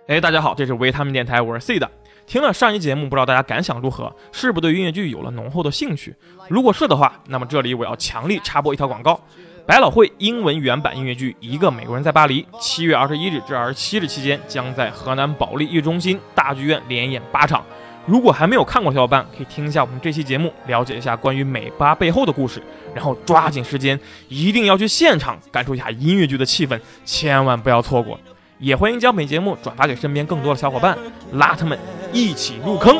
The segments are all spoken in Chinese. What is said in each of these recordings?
大家好，这是维他命电台，我是 C 的。听了上一节目，不知道大家感想如何？是不是对音乐剧有了浓厚的兴趣？如果是的话，那么这里我要强力插播一条广告。百老汇英文原版音乐剧《一个美国人在巴黎》7月21日至27日期间，将在河南保利艺术中心大剧院连演8场。如果还没有看过的小伙伴，可以听一下我们这期节目，了解一下关于美巴背后的故事，然后抓紧时间，一定要去现场感受一下音乐剧的气氛，千万不要错过。也欢迎将本节目转发给身边更多的小伙伴，拉他们一起入坑。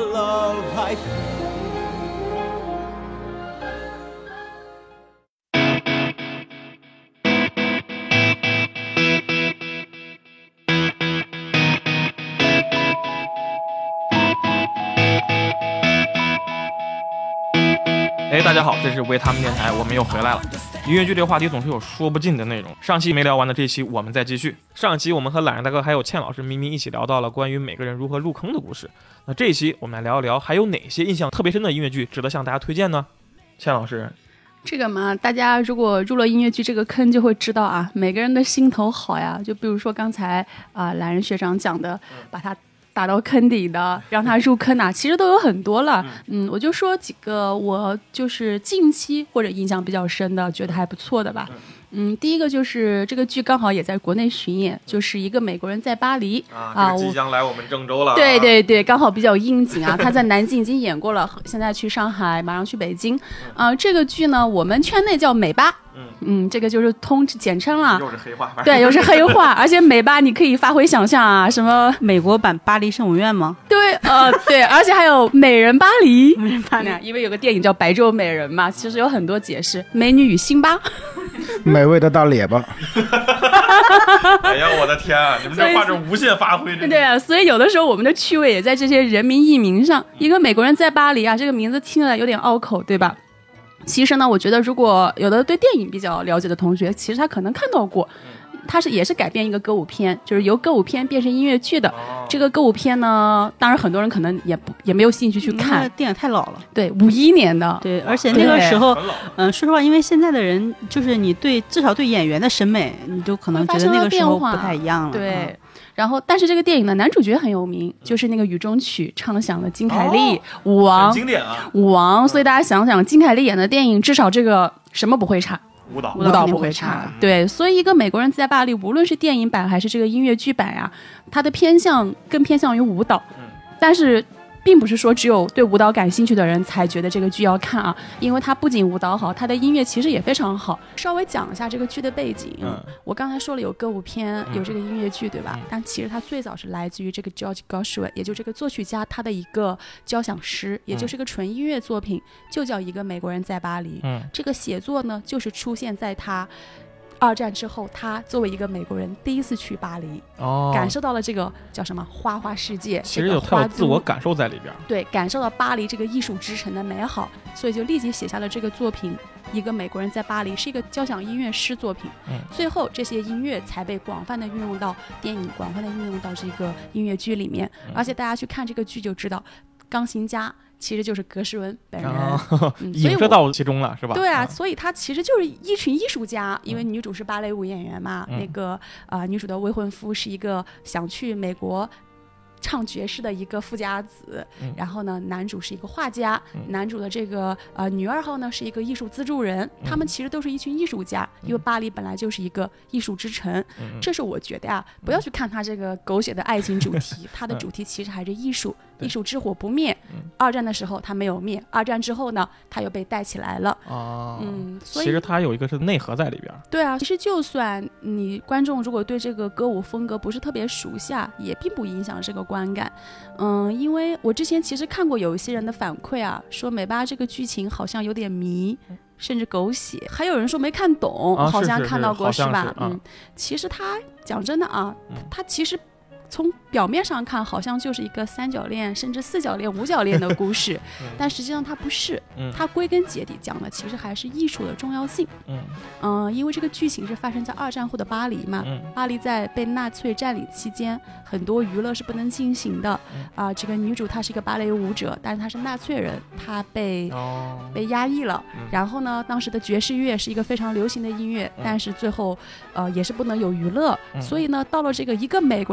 大家好，这是维他命电台，我们又回来了。音乐剧这个话题总是有说不尽的内容，上期没聊完的，这期我们再继续。上期我们和懒人大哥还有倩老师、咪咪一起聊到了关于每个人如何入坑的故事。那这一期我们来聊一聊，还有哪些印象特别深的音乐剧值得向大家推荐呢？倩老师， 这个嘛，大家如果入了音乐剧这个坑，就会知道啊，每个人的心头好呀。就比如说刚才懒人学长讲的，把他打到坑底的，让他入坑啊，其实都有很多了。我就说几个我就是近期或者印象比较深的，觉得还不错的吧。第一个就是这个剧刚好也在国内巡演，就是一个美国人在巴黎这个即将来我们郑州了。 对对对，刚好比较应景啊。他在南京已经演过了，现在去上海，马上去北京。这个剧呢，我们圈内叫美巴。这个就是简称了， 又是黑话， 对，又是黑话，而且美巴你可以发挥想象啊，什么美国版巴黎圣母院吗？ 对，对，而且还有美人巴黎，因为有个电影叫《白昼美人》嘛，其实有很多解释，美女与辛巴， 美味的大列巴。 哎呀，我的天啊！你们这话是无限发挥。 对啊，所以有的时候我们的趣味也在这些人名译名上。一个美国人在巴黎啊，这个名字听起来有点拗口，对吧？其实呢，我觉得如果有的对电影比较了解的同学，其实他可能看到过，它也是改编一个歌舞片，就是由歌舞片变成音乐剧的。这个歌舞片呢，当然很多人可能也没有兴趣去看， 电影太老了。 对，51年的。 对，而且那个时候，说实话，因为现在的人就是你至少对演员的审美，你就可能觉得那个时候不太一样了。 对。然后，但是这个电影的男主角很有名，就是那个雨中曲唱响了金凯利，舞王， 很经典啊， 舞王。所以大家想想，金凯利演的电影，至少这个什么不会差？舞蹈不会差。对，所以一个美国人在巴黎，无论是电影版还是这个音乐剧版呀，它的更偏向于舞蹈，但是并不是说只有对舞蹈感兴趣的人才觉得这个剧要看啊，因为它不仅舞蹈好，它的音乐其实也非常好。稍微讲一下这个剧的背景，我刚才说了有歌舞片，有这个音乐剧，对吧？但其实它最早是来自于这个 George Gershwin， 也就是这个作曲家他的一个交响诗，也就是个纯音乐作品，就叫一个美国人在巴黎。这个写作呢，就是出现在他2战之后，他作为一个美国人第一次去巴黎，感受到了这个叫什么花花世界， 其实他有自我感受在里边。 对，感受到巴黎这个艺术之城的美好，所以就立即写下了这个作品。一个美国人在巴黎是一个交响音乐诗作品，最后这些音乐才被广泛的运用到电影，广泛的运用到这个音乐剧里面。而且大家去看这个剧就知道，钢琴家其实就是格什温本人， 影射到其中了，是吧？ 对啊，所以他其实就是一群艺术家，因为女主是芭蕾舞演员嘛，那个女主的未婚夫是一个想去美国唱爵士的一个富家子，然后呢，男主是一个画家，男主的这个女2号呢是一个艺术资助人，他们其实都是一群艺术家，因为巴黎本来就是一个艺术之城。这是我觉得啊，不要去看他这个狗血的爱情主题，他的主题其实还是艺术，艺术之火不灭。2战的时候他没有灭，2战之后呢，他又被带起来了。所以其实他有一个是内核在里边。 对啊，其实就算你观众如果对这个歌舞风格不是特别熟悉，也并不影响这个观感。因为我之前其实看过有一些人的反馈啊，说美巴这个剧情好像有点迷，甚至狗血，还有人说没看懂，好像看到过，是吧？其实他讲真的啊，他其实从表面上看好像就是一个3角恋甚至4角恋5角恋的故事但实际上它不是，它归根结底讲的其实还是艺术的重要性。因为这个剧情是发生在2战后的巴黎嘛，巴黎在被纳粹占领期间，很多娱乐是不能进行的这个女主她是一个芭蕾舞者，但是她是纳粹人，她被压抑了。然后呢，当时的爵士乐是一个非常流行的音乐，但是最后也是不能有娱乐，所以呢，到了这个一个美国人在巴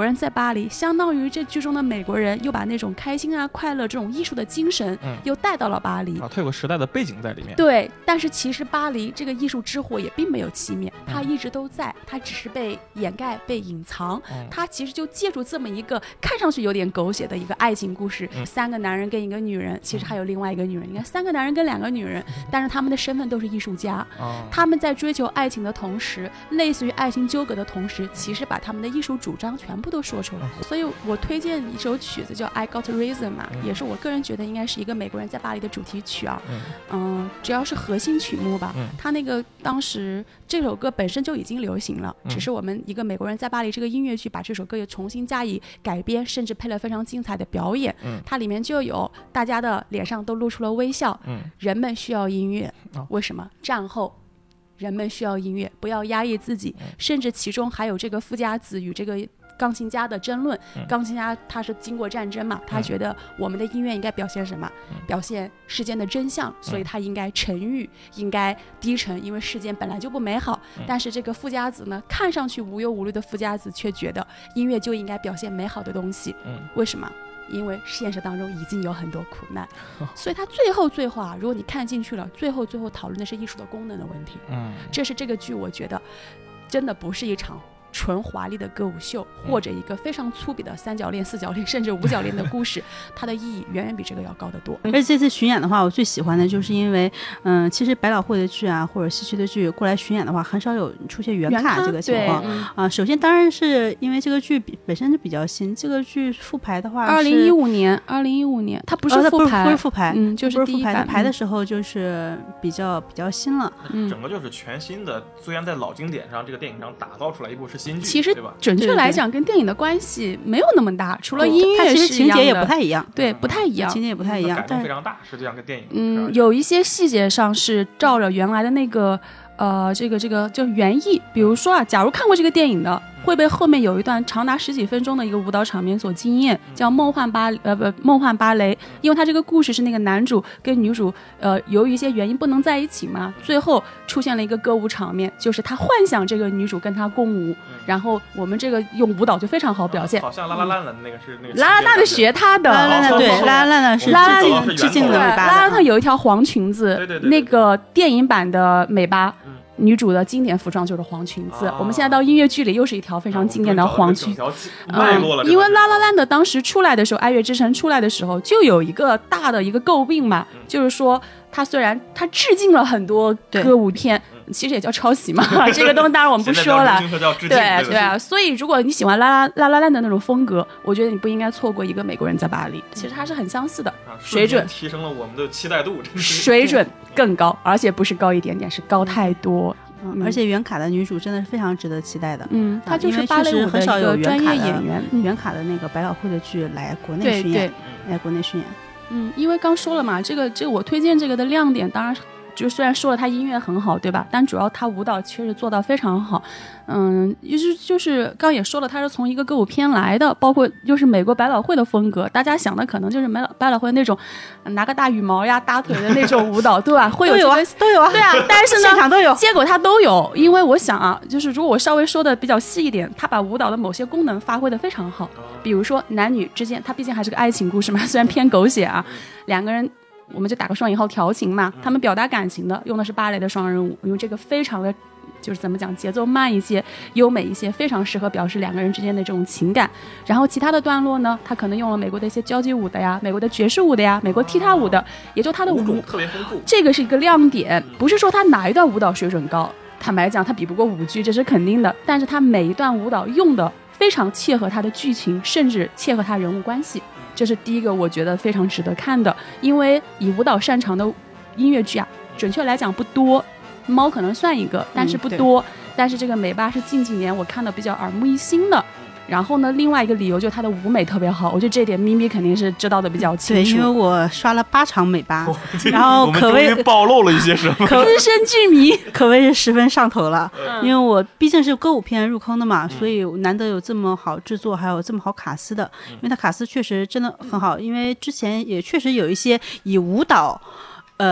巴黎，相当于这剧中的美国人又把那种开心啊、快乐这种艺术的精神又带到了巴黎。 它有个时代的背景在里面。 对，但是其实巴黎这个艺术之火也并没有熄灭，它一直都在，它只是被掩盖、被隐藏。它其实就借助这么一个看上去有点狗血的一个爱情故事，3个男人跟一个女人，其实还有另外一个女人。你看，3个男人跟2个女人，但是他们的身份都是艺术家。他们在追求爱情的同时，类似于爱情纠葛的同时，其实把他们的艺术主张全部都说出来。所以我推荐一首曲子叫 I Got Reason 嘛，也是我个人觉得应该是一个美国人在巴黎的主题曲啊。只要是核心曲目吧，他那个当时这首歌本身就已经流行了，只是我们一个美国人在巴黎这个音乐剧把这首歌也重新加以改编，甚至配了非常精彩的表演。它里面就有大家的脸上都露出了微笑。人们需要音乐，为什么？战后人们需要音乐，不要压抑自己，甚至其中还有这个富家子与这个钢琴家的争论。钢琴家他是经过战争嘛，他觉得我们的音乐应该表现什么？表现世间的真相，所以他应该沉郁，应该低沉，因为世间本来就不美好。但是这个富家子呢，看上去无忧无虑的富家子却觉得音乐就应该表现美好的东西。为什么？因为现实当中已经有很多苦难，所以他最后啊，如果你看进去了，最后讨论的是艺术的功能的问题。这是这个剧我觉得真的不是一场纯华丽的歌舞秀，或者一个非常粗鄙的3角恋、4角恋甚至5角恋的故事，它的意义远远比这个要高得多。 而且这次巡演的话，我最喜欢的就是因为其实百老汇的剧啊或者西区的剧过来巡演的话，很少有出现原卡这个情况。首先当然是因为这个剧本身就比较新，这个剧复排的话是 2015年，它不是复排， 不是复排， 就是第一版排的时候就是比较新了。 整个就是全新的，虽然在老经典上这个电影上打造出来一部是新剧， 其实准确来讲跟电影的关系没有那么大，除了音乐是一样的， 它其实情节也不太一样。 对，不太一样， 情节也不太一样， 改动非常大，实际上跟电影有一些细节上是照着原来的那个这个就原意。比如说啊，假如看过这个电影的，会被后面有一段长达10几分钟的一个舞蹈场面所惊艳，叫梦幻芭蕾。因为它这个故事是那个男主跟女主由于一些原因不能在一起嘛，最后出现了一个歌舞场面，就是他幻想这个女主跟他共舞，然后我们这个用舞蹈就非常好表现。 好像拉拉烂的那个是那个拉拉烂的学他的， 对，拉拉烂的是致敬的美巴。 拉拉烂有一条黄裙子， 对， 那个电影版的美巴。女主的经典服装就是黄裙子，我们现在到音乐剧里又是一条非常经典的黄裙。因为拉拉烂的当时出来的时候，爱乐之城出来的时候，就有一个大的一个诟病嘛，就是说它虽然它致敬了很多歌舞片，其实也叫抄袭嘛，这个东西当然我们不说了。对啊，所以如果你喜欢拉拉烂的那种风格，我觉得你不应该错过一个美国人在巴黎，其实它是很相似的，水准提升了我们的期待度， 水准更高，而且不是高一点点，是高太多。 而且原卡的女主真的是非常值得期待的。 她就是芭蕾舞的一个专业演员， 原卡的那个百老汇的剧来国内巡演， 因为刚说了嘛，这个我推荐这个的亮点，当然就虽然说了他音乐很好，对吧？但主要他舞蹈确实做到非常好。就是刚也说了，他是从一个歌舞片来的，包括就是美国百老汇的风格，大家想的可能就是百老汇那种拿个大羽毛呀、搭腿的那种舞蹈，对吧？会有都有啊， 对啊。但是呢， 现场都有， 结果他都有。因为我想啊，就是如果我稍微说的比较细一点，他把舞蹈的某些功能发挥的非常好，比如说男女之间，他毕竟还是个爱情故事嘛，虽然偏狗血啊，两个人。我们就打个双引号调情嘛，他们表达感情的用的是芭蕾的双人舞，因为这个非常的就是怎么讲，节奏慢一些，优美一些，非常适合表示两个人之间的这种情感。然后其他的段落呢，他可能用了美国的一些交际舞的呀，美国的爵士舞的呀，美国踢踏舞的，也就他的舞种特别丰富， 这个是一个亮点。不是说他哪一段舞蹈水准高，坦白讲他比不过舞剧，这是肯定的，但是他每一段舞蹈用的非常切合他的剧情，甚至切合他人物关系。这是第一个我觉得非常值得看的。因为以舞蹈擅长的音乐剧啊，准确来讲不多，猫可能算一个，但是不多。但是这个美巴是近几年我看的比较耳目一新的。然后呢，另外一个理由就是它的舞美特别好，我觉得这一点咪咪肯定是知道的比较清楚。 对，因为我刷了8场美巴，然后可谓我们终于暴露了一些什么， 资深剧迷可谓是十分上头了。因为我毕竟是歌舞片入坑的嘛，所以难得有这么好制作，还有这么好卡司的。因为它卡司确实真的很好，因为之前也确实有一些以舞蹈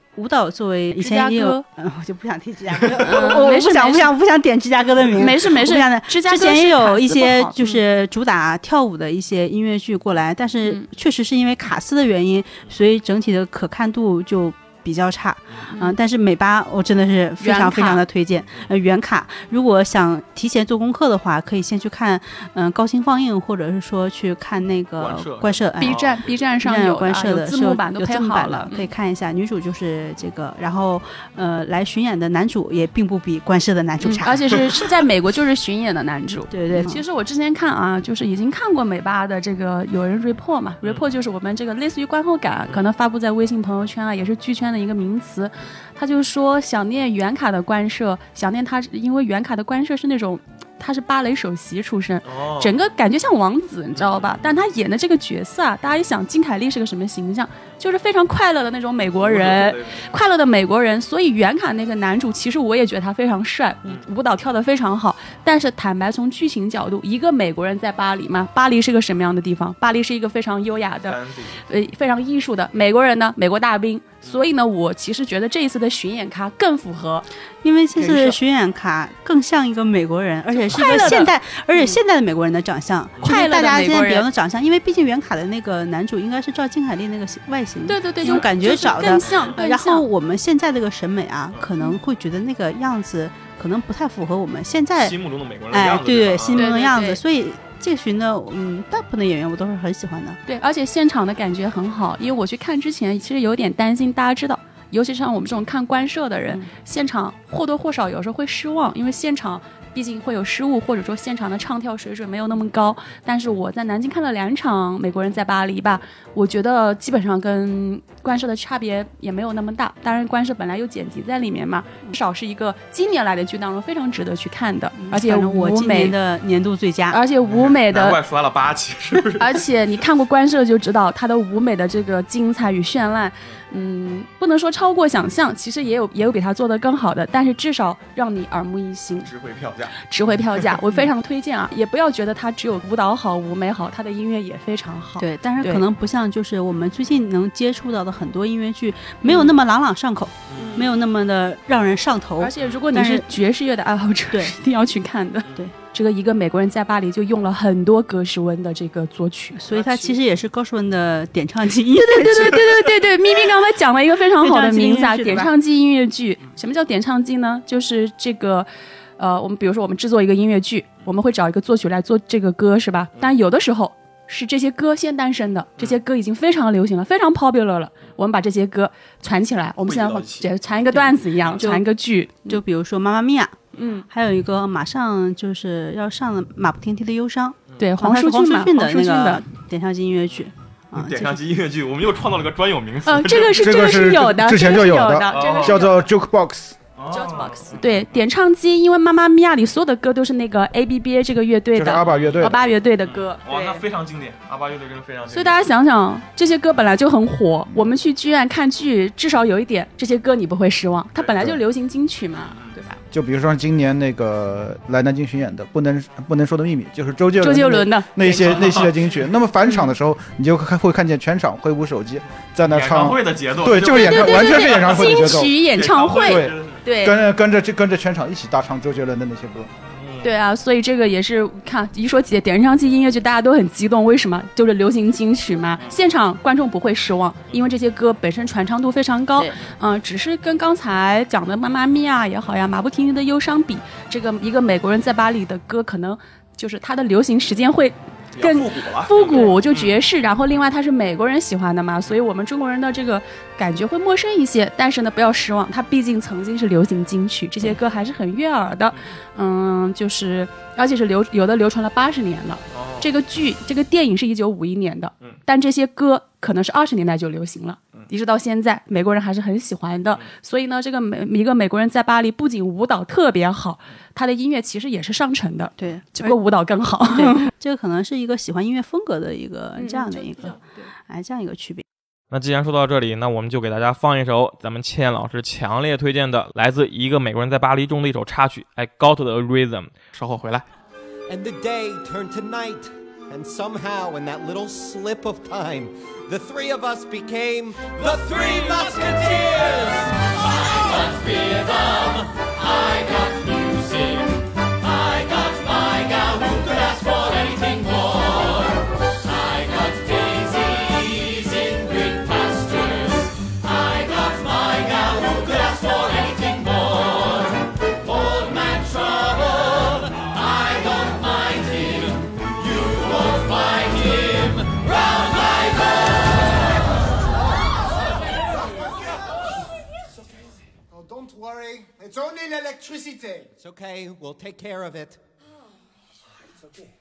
舞蹈作为以前也有，我就不想提芝加哥，我不想点芝加哥的名， 没事， 之前也有一些就是主打跳舞的一些音乐剧过来，但是确实是因为卡斯的原因，所以整体的可看度就比较差，但是美巴我真的是非常非常的推荐。原卡如果想提前做功课的话，可以先去看高清放映，或者是说去看那个官摄 B 站上有官摄的字幕版都配好了，可以看一下。女主就是这个，然后来巡演的男主也并不比官摄的男主差， 而且是在美国就是巡演的男主。 对， 其实我之前看啊，就是已经看过美巴的这个有人 report 嘛，report 就是我们这个类似于观后感，可能发布在微信朋友圈啊，也是剧圈的一个名词。他就说想念原卡的官摄，想念他，因为原卡的官摄是那种他是芭蕾首席出身，整个感觉像王子，你知道吧？但他演的这个角色啊，大家一想金凯利是个什么形象，就是非常快乐的那种美国人，快乐的美国人。所以原卡那个男主其实我也觉得他非常帅，舞蹈跳得非常好。但是坦白从剧情角度，一个美国人在巴黎嘛，巴黎是个什么样的地方？巴黎是一个非常优雅的非常艺术的。美国人呢，美国大兵。所以呢，我其实觉得这一次的巡演卡更符合， 因为这次巡演卡更像一个美国人，而且是一个现代，而且现代的美国人的长相， 快乐的美国人， 大家现在比较的长相，因为毕竟原卡的那个男主应该是照金凯利那个外形， 对， 这种感觉找的更像。 然后我们现在这个审美啊，可能会觉得那个样子可能不太符合我们现在心目中的美国人的样子， 对，心目中的样子，所以。这巡的大部分的演员我都是很喜欢的。 对，而且现场的感觉很好，因为我去看之前其实有点担心，大家知道尤其像我们这种看官摄的人，现场或多或少有时候会失望，因为现场毕竟会有失误，或者说现场的唱跳水准没有那么高。但是我在南京看了2场美国人在巴黎吧，我觉得基本上跟官摄的差别也没有那么大。当然官摄本来有剪辑在里面嘛，至少是一个今年来的剧当中非常值得去看的。而且我今年的年度最佳， 而且舞美的难怪刷了8期，是不是？ 而且你看过官摄就知道它的舞美的这个精彩与绚烂，不能说超过想象，其实也有比它做得更好的，但是至少让你耳目一新，值回票价，我非常推荐啊！也不要觉得它只有舞蹈好、舞美好，它的音乐也非常好。 对，但是可能不像就是我们最近能接触到的很多音乐剧，没有那么朗朗上口，没有那么的让人上头。 而且如果你是爵士乐的爱好者，对，一定要去看的。 对。 这个一个美国人在巴黎就用了很多格什温的这个作曲， 所以他其实也是格什温的点唱机音乐剧。对，咪咪刚才讲了一个非常好的名字啊，点唱机音乐剧。什么叫点唱机呢？就是这个我们比如说我们制作一个音乐剧，我们会找一个作曲来做这个歌，是吧？但有的时候是这些歌先诞生的，这些歌已经非常流行了，非常 popular 了，我们把这些歌传起来，我们现在传一个段子一样，传一个剧。 就比如说妈妈咪呀，还有一个马上就是要上的马不停蹄的忧伤， 对，黄舒骏的那个点唱机音乐剧。 点唱机音乐剧，我们又创造了个专有名词。 这个是有的， 之前就有的，叫做 Jukebox。对，点唱机，因为妈妈咪呀里所有的歌都是那个 ABBA 这个乐队的， 就是阿爸乐队的歌。 哇，那非常经典，阿爸乐队真的非常经典。 所以大家想想，这些歌本来就很火，我们去剧院看剧，至少有一点，这些歌你不会失望，它本来就流行金曲嘛，对吧？ 就比如说今年那个来南京巡演的不能说的秘密，就是周杰伦的那些金曲。那么返场的时候，你就会看见全场挥舞手机在那唱演唱会的节奏， 对，就是完全是演唱会的节奏， 金曲演唱会，对， 跟着全场一起大唱周杰伦的那些歌。 对啊，所以这个也是看一说起点唱机音乐剧，大家都很激动。为什么？就是流行金曲嘛，现场观众不会失望，因为这些歌本身传唱度非常高。只是跟刚才讲的《妈妈咪呀》也好呀，《马不停蹄的忧伤》比，这个一个美国人在巴黎的歌，可能就是它的流行时间会更复古，就爵士。然后另外它是美国人喜欢的嘛，所以我们中国人的这个感觉会陌生一些。但是呢，不要失望，它毕竟曾经是流行金曲，这些歌还是很悦耳的。就是而且是有的流传了80年了。这个电影是1951年的，但这些歌可能是20年代就流行了，一直到现在美国人还是很喜欢的。所以呢，这个一个美国人在巴黎不仅舞蹈特别好，他的音乐其实也是上乘的， 对， 只不过舞蹈更好。 对，这个可能是一个喜欢音乐风格的一个这样的一个这样一个区别。 那既然说到这里，那我们就给大家放一首咱们倩老师强烈推荐的来自一个美国人在巴黎中的一首插曲，I Got the Rhythm。稍后回来。 And the day turned to night, And somehow, in that little slip of time, the three of us became the Three Musketeers! I got rhythm, I got music, I got my gal who could ask for anything more. I got daisies in green pastures, I got my gal who could ask for anything more. Old man trouble, I don't mind him, you won't find him round my Oh, don't worry. It's only electricity. It's okay, we'll take care of it. It's okay.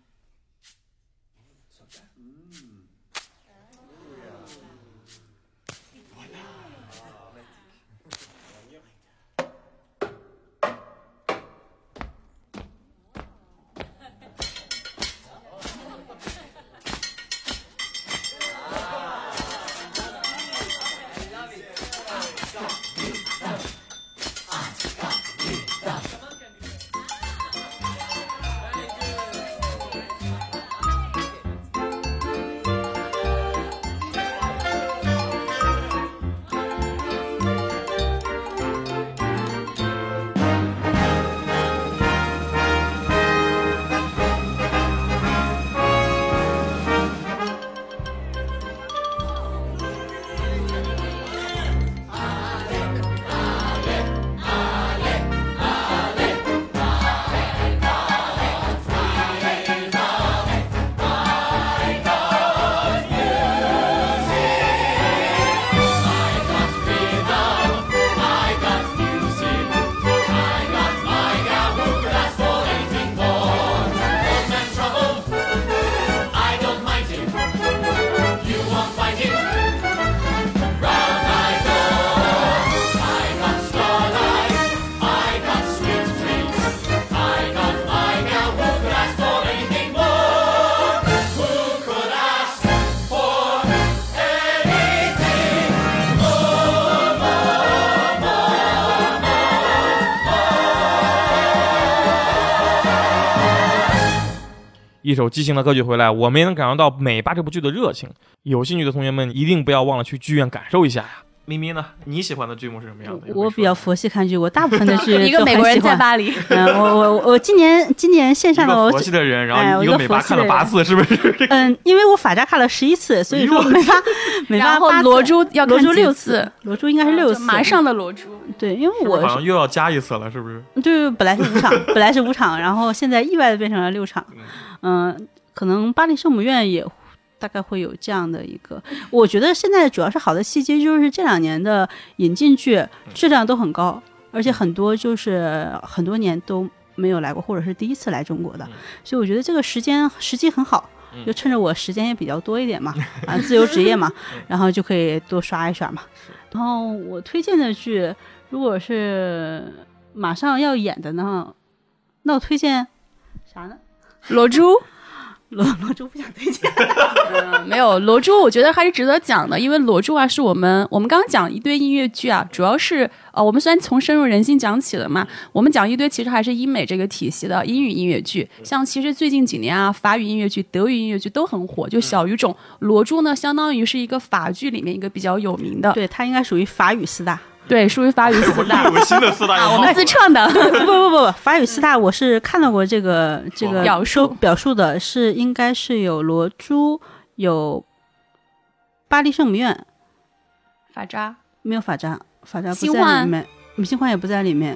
一首激情的歌曲回来，我们也能感受到美巴这部剧的热情。有兴趣的同学们一定不要忘了去剧院感受一下呀。咪咪呢？你喜欢的剧目是什么样的？ 我比较佛系看剧，我大部分的剧一个美国人在巴黎。 我今年线上的一个佛系的人，然后一个美巴看了8次，是不是？ 因为我法扎看了11次，所以说美巴然后罗珠要看 6次，罗珠应该是6次， 马上的罗珠。 对，因为我好像又要加1次了，是不是？ 对，本来是5场，然后现在意外的变成了6场。可能巴黎圣母院也大概会有这样的一个，我觉得现在主要是好的契机，就是这2年的引进剧质量都很高，而且很多就是很多年都没有来过，或者是第一次来中国的，所以我觉得这个时机很好，就趁着我时间也比较多一点嘛，自由职业嘛，然后就可以多刷一刷嘛。然后我推荐的剧，如果是马上要演的呢，那我推荐啥呢？ 罗珠。 罗珠不想推荐没有罗珠，我觉得还是值得讲的，因为罗珠啊是我们刚刚讲一堆音乐剧啊，主要是我们虽然从深入人心讲起了嘛，我们讲一堆其实还是英美这个体系的英语音乐剧，像其实最近几年啊，法语音乐剧、德语音乐剧都很火，就小语种。罗珠呢，相当于是一个法剧里面一个比较有名的， 对，它应该属于法语4大。 对，属于法语4大。 有个新的4大我们自创的。 不，法语4大我是看到过这个表述的，是应该是有罗珠，有巴黎圣母院， 法扎没有法扎不在里面，新幻也不在里面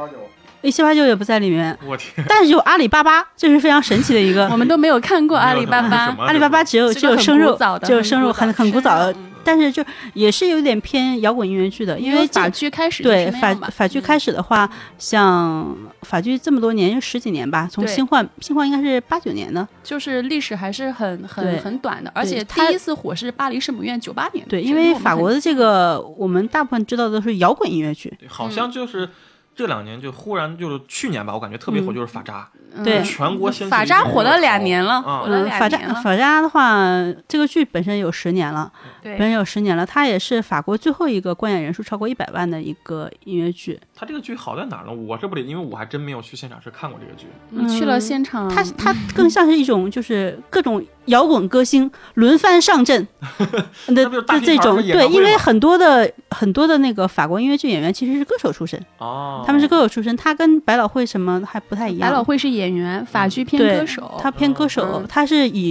，1789也不在里面。 我天！ 但是有阿里巴巴，这是非常神奇的一个。 我们都没有看过阿里巴巴， 阿里巴巴只有生肉，只有生肉，很古早的。但是就也是有点偏摇滚音乐剧的，因为法剧开始对法剧开始的话，像法剧这么多年，就10几年吧，从新幻应该是89年的， 就是历史还是很短的，而且第一次火是巴黎圣母院98年。 对，因为法国的这个我们大部分知道的都是摇滚音乐剧， 好像就是这2年就忽然就是去年吧，我感觉特别火，就是法扎， 对， 全国掀起法扎火了2年了，火了2年了。 法扎的话，这个剧本身有10年了， 对， 本身有10年了，它也是法国最后一个观演人数超过100万的一个音乐剧。 它这个剧好在哪儿呢？我是不理，因为我还真没有去现场是看过这个剧。 你去了现场， 它更像是一种就是各种摇滚歌星轮番上阵的这种，对，因为很多的那个法国音乐剧演员其实是歌手出身，他们是歌手出身，他跟百老汇什么还不太一样。 百老汇是演员，法剧偏歌手， 他偏歌手，他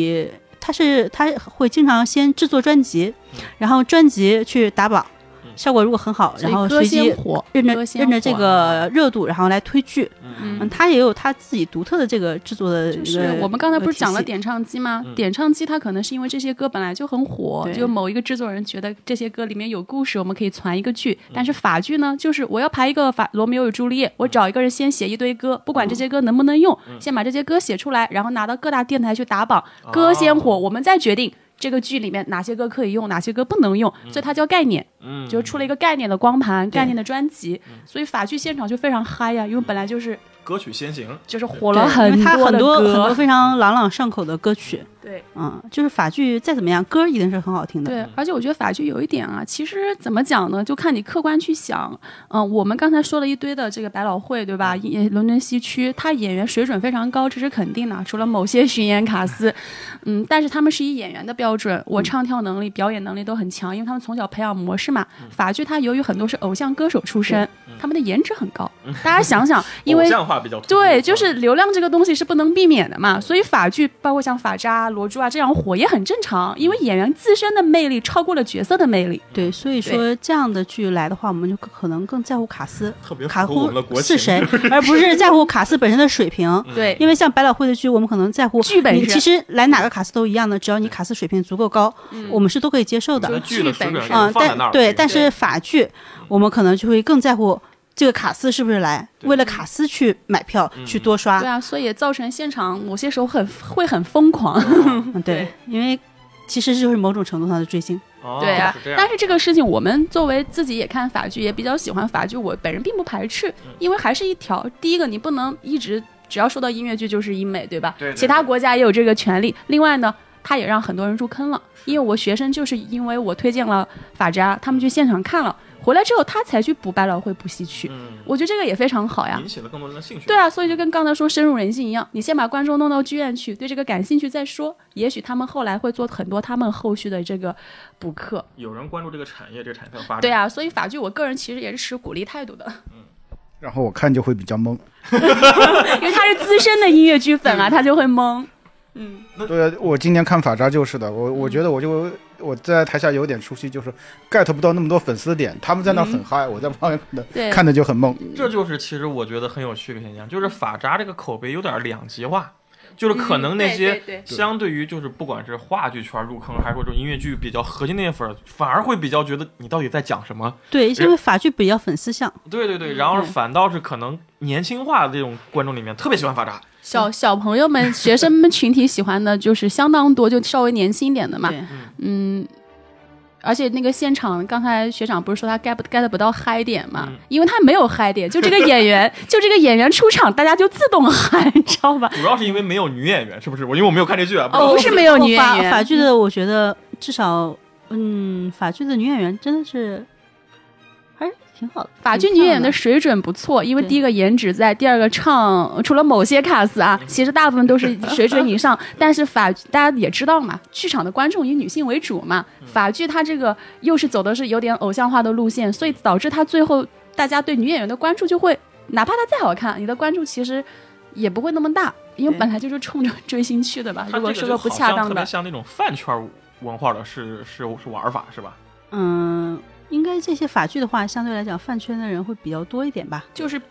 会经常先制作专辑，然后专辑去打榜。效果如果很好，然后随即认着这个热度，然后来推剧。他也有他自己独特的这个制作的一个。 就是我们刚才不是讲了点唱机吗？点唱机它可能是因为这些歌本来就很火，就某一个制作人觉得这些歌里面有故事，我们可以传一个剧。但是法剧呢，就是我要拍一个罗密欧与朱丽叶，我找一个人先写一堆歌，不管这些歌能不能用，先把这些歌写出来，然后拿到各大电台去打榜，歌先火，我们再决定这个剧里面哪些歌可以用，哪些歌不能用，所以它叫概念，就出了一个概念的光盘，概念的专辑，所以法剧现场就非常嗨呀，因为本来就是歌曲先行， 就是火了很多非常朗朗上口的歌曲。 对， 就是法剧再怎么样，歌一定是很好听的。 对，而且我觉得法剧有一点啊，其实怎么讲呢，就看你客观去想。我们刚才说了一堆的这个百老汇，对吧？伦敦西区，它演员水准非常高，这是肯定的。除了某些巡演卡司，但是他们是以演员的标准，我唱跳能力、表演能力都很强，因为他们从小培养模式嘛。法剧它由于很多是偶像歌手出身，他们的颜值很高。大家想想，因为偶像化比较对，就是流量这个东西是不能避免的嘛，所以法剧包括像法扎、罗珠啊这样火也很正常，因为演员自身的魅力超过了角色的魅力。 对，所以说这样的剧来的话，我们就可能更在乎卡司， 特别卡乎是谁，而不是在乎卡司本身的水平。 对， 因为像百老汇的剧，我们可能在乎剧本身， 其实来哪个卡司都一样的，只要你卡司水平足够高，我们是都可以接受的。 剧本身， 但是法剧我们可能就会更在乎这个卡司是不是来，为了卡司去买票，去多刷。 对啊，所以也造成现场某些时候会很疯狂。 对，因为其实就是某种程度上的追星。 对啊，但是这个事情我们作为自己也看法剧，也比较喜欢法剧，我本人并不排斥，因为还是一条，第一个你不能一直只要说到音乐剧就是英美，对吧？ 对， 其他国家也有这个权利。另外呢，他也让很多人入坑了，因为我学生就是因为我推荐了法扎，他们去现场看了。回来之后他才去补百老汇补戏曲，我觉得这个也非常好呀， 引起了更多人的兴趣。 对啊，所以就跟刚才说深入人心一样，你先把观众弄到剧院去，对这个感兴趣再说，也许他们后来会做很多他们后续的这个补课。 有人关注这个产业，这个产业的发展。 对啊，所以法剧我个人其实也是持鼓励态度的。 然后我看就会比较懵， 因为他是资深的音乐剧粉啊，他就会懵。 对，我今年看法扎就是的，我觉得我在台下有点出戏，就是 get 不到那么多粉丝点，他们在那很嗨，我在旁边看的就很懵。 这就是其实我觉得很有趣的现象，就是法扎这个口碑有点两极化，就是可能那些相对于就是不管是话剧圈入坑，还是说这种音乐剧比较核心那些粉，反而会比较觉得你到底在讲什么。 对，因为法剧比较粉丝向。 对，然后反倒是可能年轻化的这种观众里面特别喜欢法扎。 小朋友们、学生们群体喜欢的就是相当多，就稍微年轻一点的嘛。而且那个现场，刚才学长不是说他 get 不到嗨点嘛？因为他没有嗨点，就这个演员出场，大家就自动嗨，你知道吧？ 主要是因为没有女演员，是不是？因为我没有看这剧啊。 不是没有女演员， 法剧的我觉得至少，法剧的女演员真的是还是挺好的。 法剧女演员的水准不错，因为第一个颜值在，第二个唱，除了某些卡司啊，其实大部分都是水准以上。但是大家也知道嘛，剧场的观众以女性为主嘛，法剧它这个又是走的是有点偶像化的路线，所以导致它最后大家对女演员的关注就会，哪怕她再好看，你的关注其实也不会那么大，因为本来就是冲着追星去的吧。如果说个不恰当的， 特别像那种饭圈文化的是玩法是吧？ 应该这些法剧的话，相对来讲饭圈的人会比较多一点吧。 就是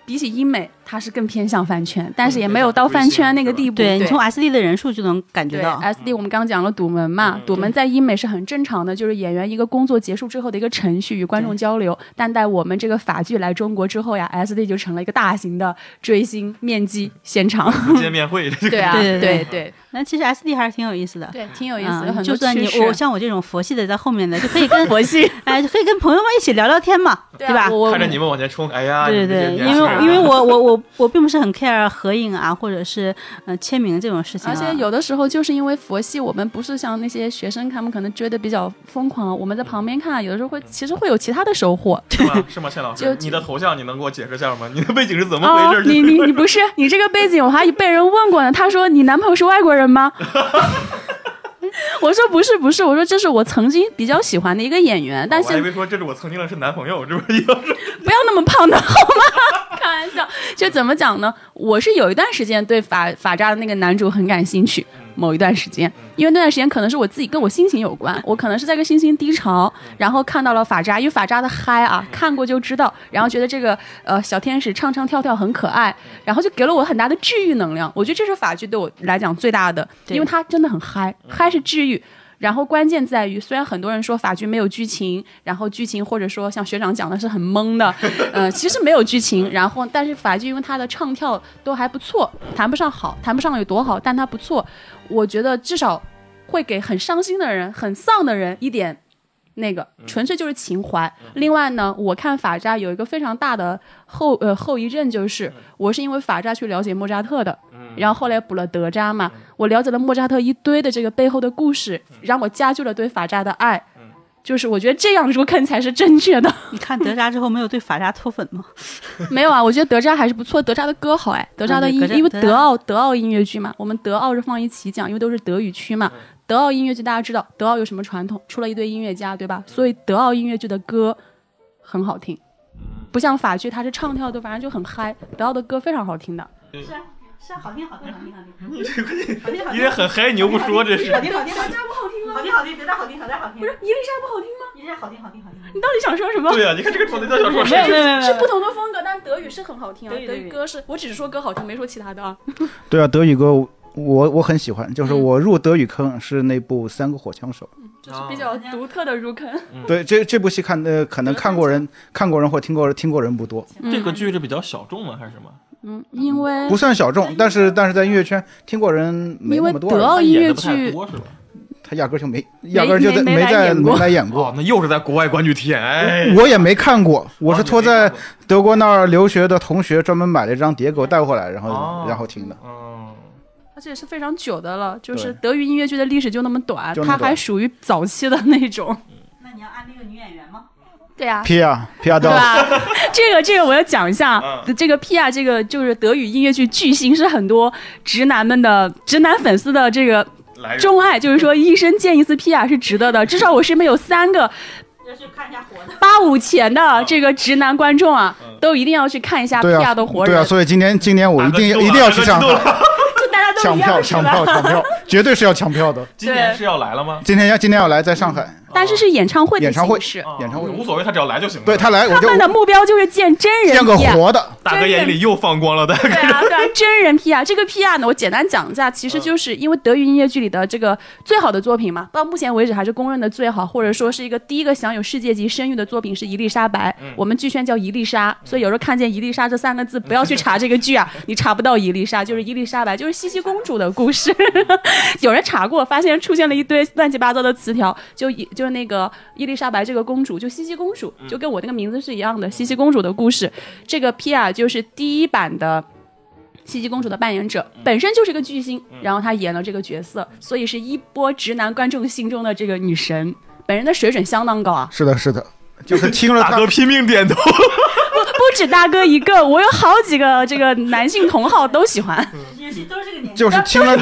比起英美，它是更偏向饭圈，但是也没有到饭圈那个地步。 对，你从 SD 的人数就能感觉到。 SD 我们刚讲了堵门嘛，堵门在英美是很正常的，就是演员一个工作结束之后的一个程序与观众交流。但在我们这个法剧来中国之后呀 ，SD 就成了一个大型的追星面基现场， 见面会。 对啊，对。 那其实 SD 还是挺有意思的， 对，挺有意思的。很多就算像我这种佛系的在后面的，就可以跟佛系， 可以跟朋友们一起聊聊天嘛，对吧？ 看着你们往前冲，哎呀， 对，因为我并不是很 care 合影啊，或者是签名这种事情。 而且有的时候就是因为佛系，我们不是像那些学生，他们可能追的比较疯狂，我们在旁边看，有的时候其实会有其他的收获。 是吗，钱老师？你的头像你能给我解释一下吗？你的背景是怎么回事？ 你不是你这个背景，我还被人问过呢。他说你男朋友是外国人吗？我说不是，我说这是我曾经比较喜欢的一个演员，但是我还以为说这是我曾经的是男朋友，这不是不要那么胖的好吗？开玩笑，就怎么讲呢？我是有一段时间对法扎的那个男主很感兴趣，某一段时间，因为那段时间可能是我自己跟我心情有关，我可能是在一个心情低潮，然后看到了法扎，因为法扎的嗨啊，看过就知道，然后觉得这个小天使唱唱跳跳很可爱，然后就给了我很大的治愈能量。我觉得这是法剧对我来讲最大的，因为它真的很嗨，嗨是治愈。然后关键在于，虽然很多人说法剧没有剧情，然后剧情或者说像学长讲的是很懵的，其实没有剧情，然后但是法剧因为它的唱跳都还不错，谈不上好，谈不上有多好，但它不错，我觉得至少会给很伤心的人、很丧的人一点那个，纯粹就是情怀。另外呢，我看法扎有一个非常大的后遗症，就是我是因为法扎去了解莫扎特的。然后后来补了德扎嘛，我了解了莫扎特一堆的这个背后的故事，让我加剧了对法扎的爱。就是我觉得这样入坑才是正确的。 你看德扎之后没有对法扎脱粉吗？ 没有啊，我觉得德扎还是不错，德扎的歌好德扎的因为德奥音乐剧嘛，我们德奥是放一起讲，因为都是德语区嘛。德奥音乐剧大家知道，德奥有什么传统？出了一堆音乐家，对吧？所以德奥音乐剧的歌很好听，不像法剧，它是唱跳的，反正就很嗨。德奥的歌非常好听的。 是好听。 你也很嗨，你又不说这是。 好听，德扎不好听吗？ 好听，德扎好听。 不是伊丽莎不好听吗？ 伊丽莎好听。 你到底想说什么？ 对呀，你看这个到底在想说什么？是不同的风格，但德语是很好听啊。德语歌是，我只是说歌好听，没说其他的啊。 对啊，德语歌我很喜欢，就是我入德语坑是那部《三个火枪手》， 就是比较独特的入坑。 对，这部戏可能看过人或听过人不多。 这个剧是比较小众吗？还是什么？ 因为不算小众，但是在音乐圈听过人没那么多。 因为德奥音乐剧他压根就没来演过。 那又是在国外观剧体验。哎， 我也没看过，我是托在德国那儿留学的同学专门买了一张碟给我带回来，然后听的。 而且是非常久的了，就是德语音乐剧的历史就那么短，它还属于早期的那种。 那你要按那个女演员吗？ 对呀 ，Pia 对吧？这个我要讲一下，这个 Pia 这个就是德语音乐剧巨星，是很多直男粉丝的这个钟爱，就是说一生见一次 Pia 是值得的。至少我身边有3个。 要去看一下活的 85前的这个直男观众啊，都一定要去看一下 Pia 的活人。 对啊，所以今年我一定要去上海。 抢票， 绝对是要抢票的。 今年是要来了吗？ 今天要来，在上海。 但是是演唱会的形式， 演唱会无所谓，他只要来就行了。 对他来， 他们的目标就是见真人， 见个活的。 大哥眼里又放光了的。 对啊，真人 Pia 这个 Pia 呢，我简单讲一下，其实就是因为德语音乐剧里的这个最好的作品嘛，到目前为止还是公认的最好，或者说是一个第一个享有世界级声誉的作品是伊丽莎白，我们剧圈叫伊丽莎，所以有时候看见伊丽莎这3个字，不要去查这个剧啊，你查不到伊丽莎，就是伊丽莎白，就是茜茜公主的故事。有人查过，发现出现了一堆乱七八糟的词条，就是那个伊丽莎白这个公主，就茜茜公主，就跟我那个名字是一样的，茜茜公主的故事。这个 Pia 就是第1版的茜茜公主的扮演者，本身就是个巨星，然后她演了这个角色，所以是一波直男观众心中的这个女神，本人的水准相当高啊。 是的，就是听了大哥拼命点头。 不止大哥一个，我有好几个这个男性同好都喜欢。 都是这个年纪， 就是听了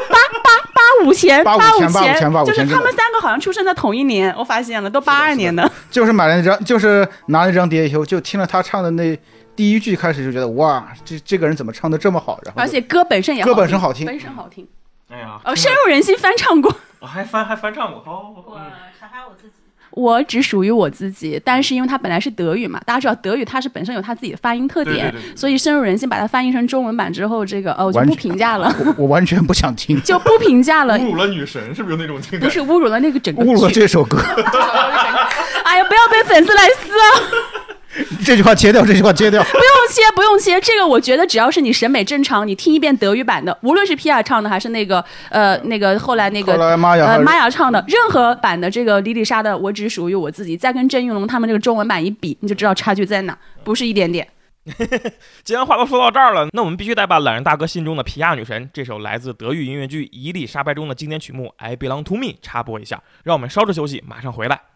85前， 就是他们3个好像出生在同一年，我发现了，都82年的。 就是买了那张，就是拿了一张碟以后，就听了他唱的那第一句开始就觉得哇，这个人怎么唱的这么好？然后而且歌本身也好听， 本身好听。 哎呀， 深入人心，翻唱过。 还翻唱过，好。 我查查我自己。 我只属于我自己，但是因为它本来是德语嘛，大家知道德语它是本身有它自己的发音特点， 对， 所以深入人心，把它翻译成中文版之后，这个我就不评价了， 我完全不想听， 就不评价了。 侮辱了女神，是不是有那种情感？ 不是侮辱了那个整个剧， 侮辱了这首歌。 哎呀，不要被粉丝来撕啊！ 这句话切掉，这句话切掉。 不用切。这个我觉得只要是你审美正常，你听一遍德语版的，无论是皮亚唱的还是那个后来玛雅唱的，任何版的这个李李莎的《我只属于我自己》，再跟郑云龙他们这个中文版一比，你就知道差距在哪，不是一点点。 既然话都说到这儿了，那我们必须得把懒人大哥心中的皮亚女神这首来自德语音乐剧《伊丽莎白》中的经典曲目《I Belong to Me》插播一下，让我们稍事休息，马上回来。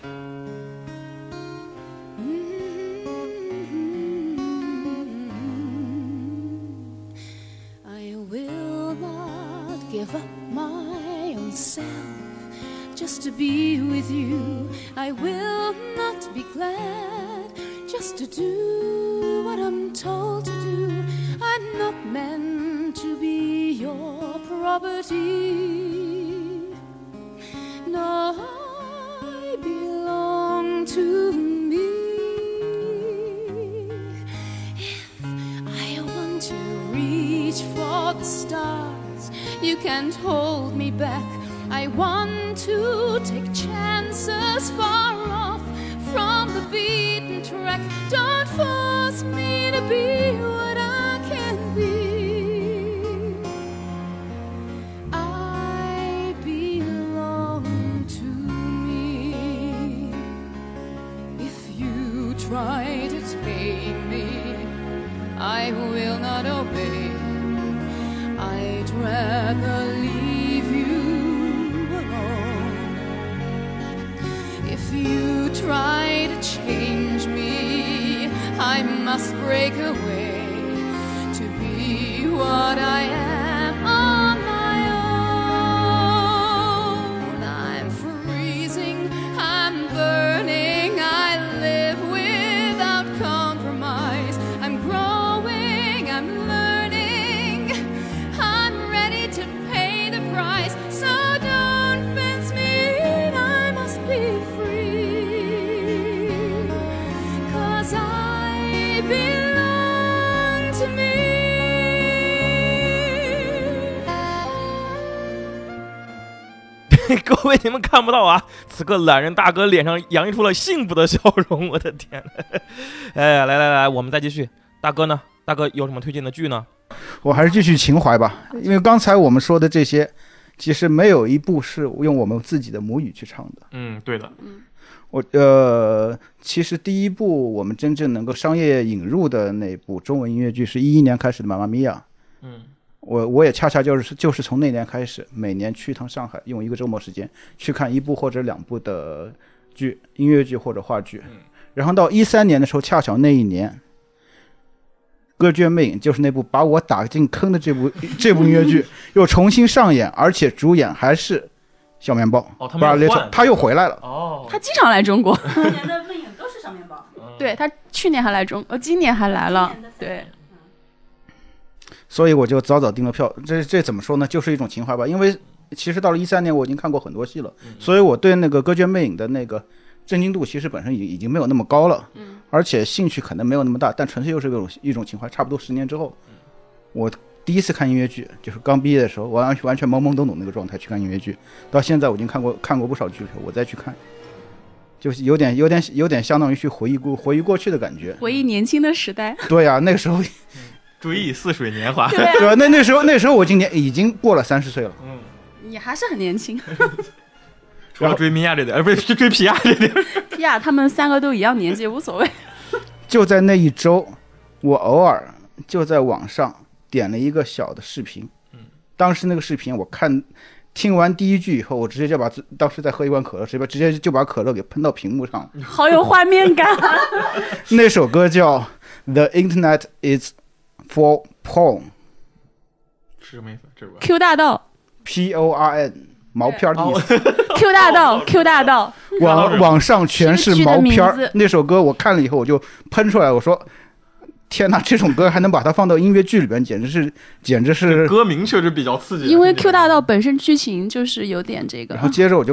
Give up my own self just to be with you. I will not be glad just to do what I'm told to do. I'm not meant to be your property. No, I belong to me. If I want to reach for the stars, you can't hold me back. I want to take chances far off from the beaten track. Don't force me to be what I can't be. I belong to me. If you try to tame me, I will not obey. I'd rather leave you alone. If you try to change me, I must break away to be what I am on my own. I'm freezing, I'm burning, I live without compromise. I'm growing, I'm learning, I'm ready to pay the price. So don't fence me in, I must be free, 'cause I belong to me. 各位你们看不到啊，此刻懒人大哥脸上洋溢出了幸福的笑容，我的天。哎，来，我们再继续。大哥呢？大哥有什么推荐的剧呢？ 我还是继续情怀吧，因为刚才我们说的这些其实没有一部是用我们自己的母语去唱的。 对的。 其实第一部我们真正能够商业引入的那部中文音乐剧是11年开始的《妈妈咪呀》。我也恰恰就是从那年开始，每年去一趟上海，用一个周末时间去看一部或者两部的剧，音乐剧或者话剧。然后到13年的时候，恰巧那一年，《歌剧魅影》就是那部把我打进坑的这部音乐剧又重新上演，而且主演还是小面包。他又回来了。 他经常来中国。 去年的魅影都是小面包。 对，他去年还来今年还来了。对。 所以我就早订了票，这怎么说呢？就是一种情怀吧。因为其实到了13年，我已经看过很多戏了，所以我对那个《歌剧魅影》的那个震惊度其实本身已经没有那么高了，而且兴趣可能没有那么大，但纯粹又是一种情怀。差不多10年之后，我第一次看音乐剧，就是刚毕业的时候，完全懵懵懂懂那个状态去看音乐剧。到现在我已经看过不少剧了，我再去看，就是有点相当于去回忆过去的感觉， 回忆年轻的时代。 对啊，那个时候。 追忆似水年华。 对啊，那时候我今年已经过了30岁了。 你还是很年轻。 除了追米娅这点，不是追皮亚这点。 皮亚他们3个都一样年纪，无所谓。 就在那一周，我偶尔就在网上点了一个小的视频。当时那个视频我听完第一句以后，我直接就当时在喝一罐可乐，直接就把可乐给喷到屏幕上， 好有画面感。 那首歌叫《The Internet Is For Porn》， 是什么意思？这个 Q 大道 ，PORN 毛片的意思。 Q 大道， 网上全是毛片。那首歌我看了以后，我就喷出来，我说：“天哪，这种歌还能把它放到音乐剧里边，简直是。” 歌名确实比较刺激。 因为 Q 大道本身剧情就是有点这个。 然后接着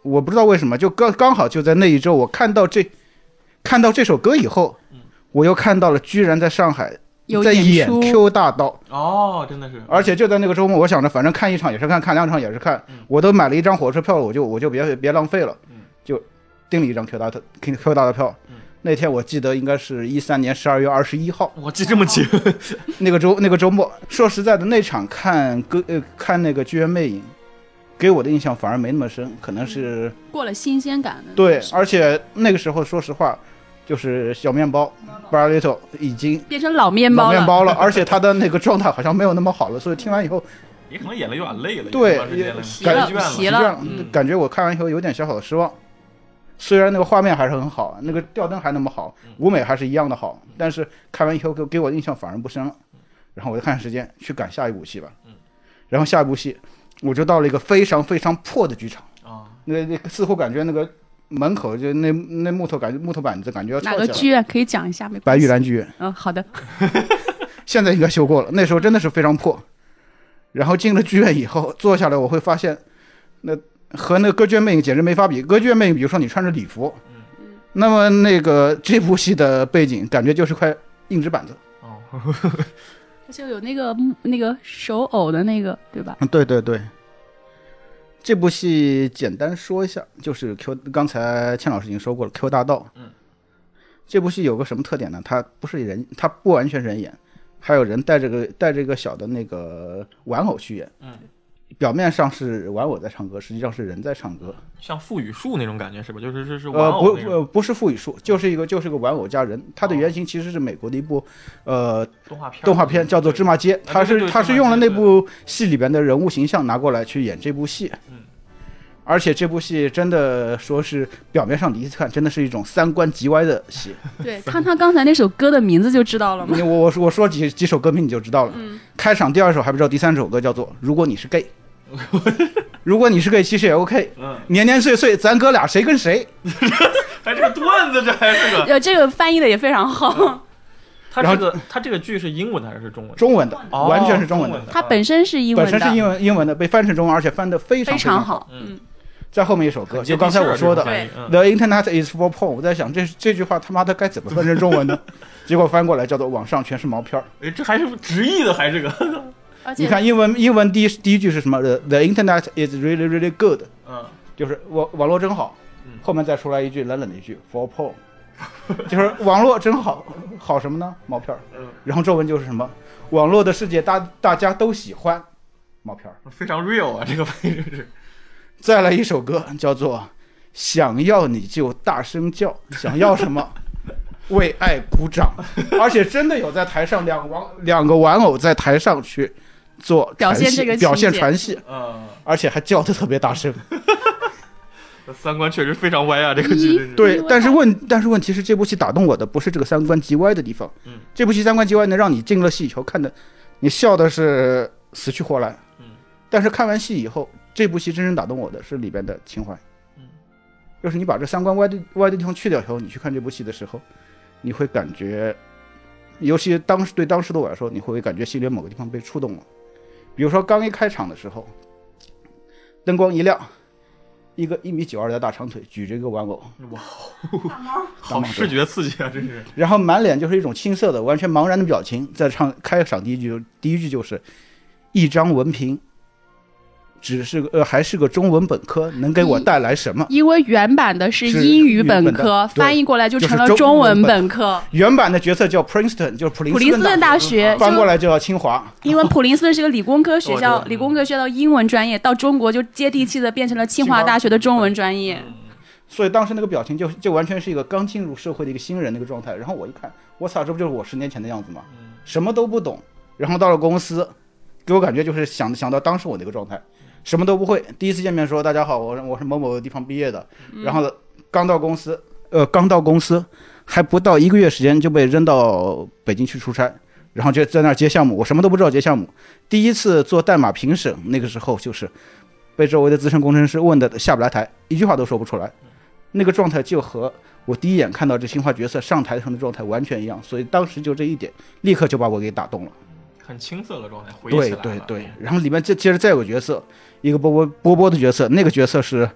我不知道为什么，就刚好就在那一周，我看到这首歌以后，我又看到了居然在上海在演 Q 大道哦，真的是， 而且就在那个周末，我想着反正看一场也是看2场也是看，我都买了一张火车票了，我就别浪费了，就订了一张 Q 大的票。那天我记得应该是13年12月21号， 我记这么清。 那个周末，说实在的，那场看那个剧院魅影，给我的印象反而没那么深，可能是过了新鲜感的。 对，而且那个时候说实话，就是小面包 Barlito 已经变成老面包了，而且他的那个状态好像没有那么好了，所以听完以后也可能演了有点累了， 对， 疲了， 感觉我看完以后有点小小的失望。虽然那个画面还是很好，那个吊灯还那么好，舞美还是一样的好，但是看完以后给我的印象反而不深了。然后我就看时间去赶下一部戏吧。然后下一部戏我就到了一个非常非常破的剧场啊，那似乎感觉那个门口就那木头板子感觉要翘起来。 哪个剧院可以讲一下？没关系。 白玉兰剧院。 好的。 现在应该修过了，那时候真的是非常破。然后进了剧院以后坐下来，我会发现那和那个歌剧院魅影简直没法比。歌剧院魅影比如说你穿着礼服，那么那个这部戏的背景感觉就是块硬纸板子而且有那个手偶的那个，对吧？ 对对对。这部戏简单说一下，就是刚才千老师已经说过了 Q 大道。这部戏有个什么特点呢？它不是人，它不完全人演，还有人带着个小的那个玩偶去演。表面上是玩偶在唱歌，实际上是人在唱歌， 像腹语术那种感觉是吧？就是玩偶那不是腹语术，就是个玩偶加人。它的原型其实是美国的一部动画片叫做《芝麻街》，它是用了那部戏里边的人物形象拿过来去演这部戏。而且这部戏真的说是表面上第一次看，真的是一种三观极歪的戏。 对，看他刚才那首歌的名字就知道了吗？ 我说几首歌名你就知道了。开场第2首还不知道，第3首歌叫做《如果你是 gay》。如果你是 gay 其实也 OK。年年岁岁咱哥俩谁跟谁。 还是个段子，这还是个。 这个翻译的也非常好。 他这个剧是英文的还是中文的？ 中文的，完全是中文的。 它本身是英文的， 本身是英文的，被翻成中文，而且翻得非常好。在后面一首歌，就刚才我说的 The Internet is for porn， 我在想这句话他妈的该怎么翻成中文呢？结果翻过来叫做网上全是毛片。 这还是直译的，还是个。 你看英文第一句是什么 ？The Internet is really really good， 就是网络真好。后面再出来一句冷冷的一句 for porn， 就是网络真好，好什么呢？毛片。然后中文就是什么？网络的世界大家都喜欢毛片， 非常 real 啊，这个翻译是。 再来一首歌叫做想要你就大声叫，想要什么为爱鼓掌。而且真的有在台上两个玩偶在台上去做表现这个表现传戏，而且还叫得特别大声。 三观确实非常歪啊，这个剧。 对，但是问题是这部戏打动我的不是这个三观极歪的地方。这部戏三观极歪能让你进了戏以后看的你笑的是死去活来。但是看完戏以后，这部戏真正打动我的是里边的情怀。就是你把这三观歪的地方去掉以后，你去看这部戏的时候，你会感觉，尤其对当时的我来说，你会感觉心里某个地方被触动了。比如说刚一开场的时候，灯光一亮，一个1.92米的大长腿举着一个玩偶， 哇，好视觉刺激啊，真是。 然后满脸就是一种青涩的完全茫然的表情，在唱开场第一句就是一张文凭还是个中文本科，能给我带来什么？ 因为原版的是英语本科，翻译过来就成了中文本科。 原版的角色叫 Princeton， 就是普林斯顿大学，翻过来就叫清华。 因为普林斯顿是个理工科学校，理工科学校英文专业，到中国就接地气的变成了清华大学的中文专业。 所以当时那个表情就完全是一个刚进入社会的一个新人那个状态。然后我一看，我操，这不就是我10年前的样子吗？什么都不懂，然后到了公司，给我感觉就是想到当时我那个状态。什么都不会，第一次见面说大家好，我是某某地方毕业的，然后刚到公司还不到1个月时间就被扔到北京去出差，然后就在那儿接项目，我什么都不知道接项目。第一次做代码评审，那个时候就是被周围的资深工程师问的下不来台，一句话都说不出来，那个状态就和我第一眼看到这新华角色上台上的状态完全一样，所以当时就这一点立刻就把我给打动了。 很青涩的状态，回忆起来了。 对，然后里面接着再有个角色，一个波波的角色，那个角色是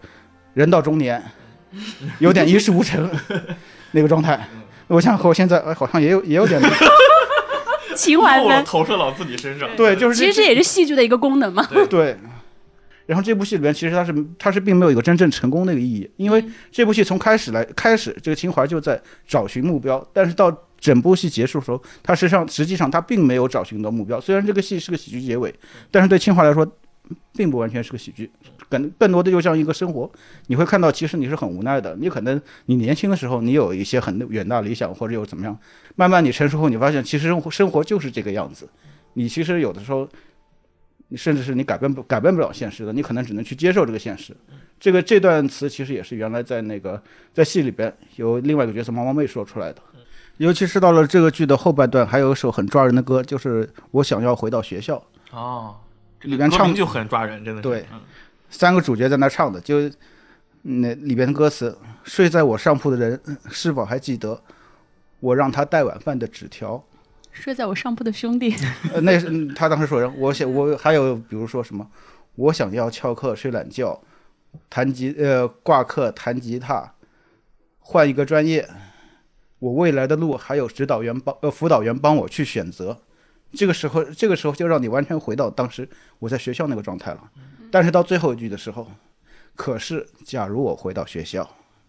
人到中年，有点一事无成那个状态。我想和我现在好像也有点情怀分投射到自己身上。 对，就是其实这也是戏剧的一个功能嘛。 对。然后这部戏里面其实它是并没有一个真正成功的一个意义，因为这部戏从开始这个秦淮就在找寻目标，但是到整部戏结束的时候，它实际上它并没有找寻到目标。虽然这个戏是个喜剧结尾，但是对秦淮来说并不完全是个喜剧，更多的就像一个生活。你会看到其实你是很无奈的，你可能你年轻的时候你有一些很远大理想或者有怎么样，慢慢你成熟后你发现其实生活就是这个样子，你其实有的时候你甚至是你改变不了现实的，你可能只能去接受这个现实。这段词其实也是原来在戏里边由另外一个角色毛毛妹说出来的。尤其是到了这个剧的后半段，还有一首很抓人的歌，就是我想要回到学校。 里边唱就很抓人，真的是。 对，3个主角在那唱的，就那里边的歌词：睡在我上铺的人是否还记得我让他带晚饭的纸条？ 睡在我上铺的兄弟， 他当时说人，我还有比如说什么，我想要翘课睡懒觉，挂课弹吉他，换一个专业，我未来的路还有辅导员帮我去选择。这个时候就让你完全回到当时我在学校那个状态了。但是到最后一句的时候，可是假如我回到学校，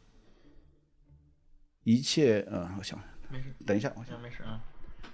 一切我想没事， 等一下，我想没事啊。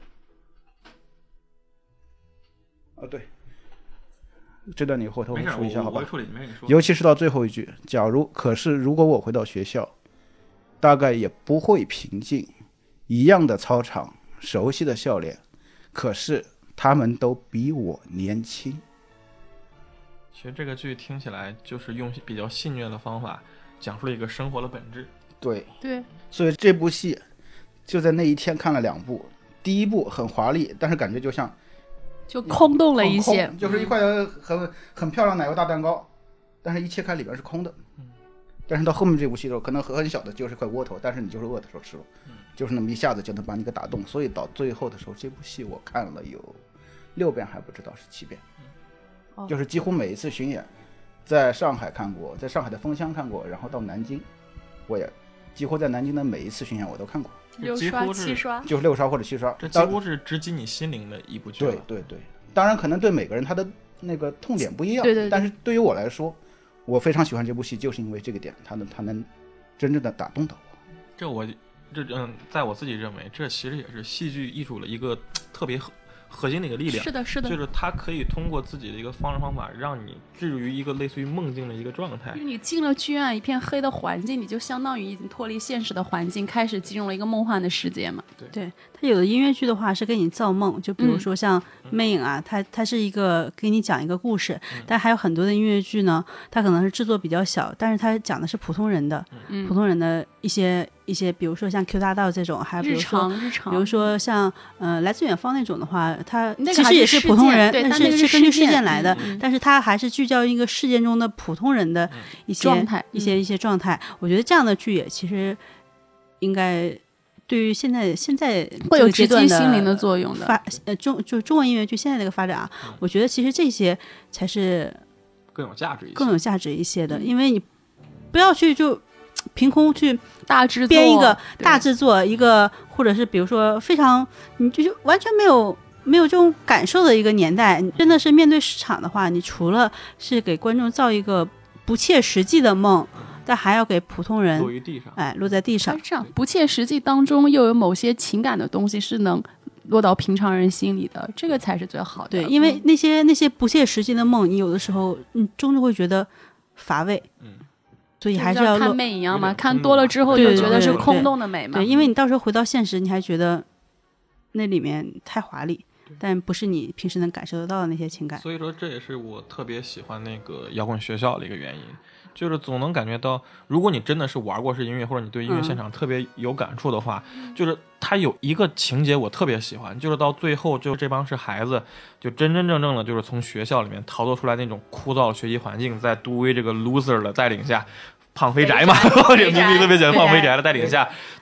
对，这段你回头说一下好吧？ 尤其是到最后一句，可是如果我回到学校，大概也不会平静，一样的操场，熟悉的笑脸，可是他们都比我年轻。 其实这个剧听起来就是用比较戏谑的方法讲述了一个生活的本质。 对， 所以这部戏就在那一天看了2部，第一部很华丽，但是感觉就空洞了一些， 就是一块很漂亮奶油大蛋糕，但是一切开里边是空的。但是到后面这部戏的时候，可能很小的就是块窝头，但是你就是饿的时候吃了，就是那么一下子就能把你给打动。所以到最后的时候，这部戏我看了有6遍，还不知道是7遍，就是几乎每一次巡演，在上海看过，在上海的枫香看过，然后到南京，我也几乎在南京的每一次巡演我都看过。 6刷7刷， 就是6刷或者7刷， 这几乎是直击你心灵的一部剧。 对，当然可能对每个人他的那个痛点不一样， 对， 但是对于我来说，我非常喜欢这部戏，就是因为这个点，它能真正的打动到我。 在我自己认为，这其实也是戏剧艺术的一个特别核心的一个力量。 是的， 就是它可以通过自己的一个方式方法，让你置入于一个类似于梦境的一个状态。 因为你进了剧院一片黑的环境，你就相当于已经脱离现实的环境，开始进入了一个梦幻的世界嘛。 对，它有的音乐剧的话是给你造梦，就比如说像魅影啊，它是一个给你讲一个故事，但还有很多的音乐剧呢，它可能是制作比较小，但是它讲的是普通人的一些，比如说像 Q 大道这种，还有比如说日常， 比如说像来自远方那种的话，它其实也是普通人，但是根据事件来的，但是它还是聚焦一个事件中的普通人的一些状态， 一些状态。我觉得这样的剧也其实应该对于现在会有直击心灵的作用的。 中文音乐剧现在这个发展啊，我觉得其实这些才是更有价值一些的，因为你不要去就凭空去大制作编一个大制作一个，或者是比如说非常你就完全没有这种感受的一个年代，真的是面对市场的话，你除了是给观众造一个不切实际的梦，但还要给普通人落于地上， 落在地上。 这样不切实际当中又有某些情感的东西是能落到平常人心里的，这个才是最好的。 对，因为那些不切实际的梦，你有的时候你终究会觉得乏味。所以还是要看魅影一样嘛，看多了之后就觉得是空洞的美嘛。 对，因为你到时候回到现实，你还觉得那里面太华丽，但不是你平时能感受得到的那些情感。 所以说这也是我特别喜欢那个摇滚学校的一个原因，就是总能感觉到，如果你真的是玩过是音乐，或者你对音乐现场特别有感触的话，就是它有一个情节我特别喜欢，就是到最后就这帮是孩子就真正的就是从学校里面逃脱出来那种枯燥的学习环境，在杜威这个 loser 的带领下，胖肥宅嘛，这个名字特别喜欢胖肥宅的带领下，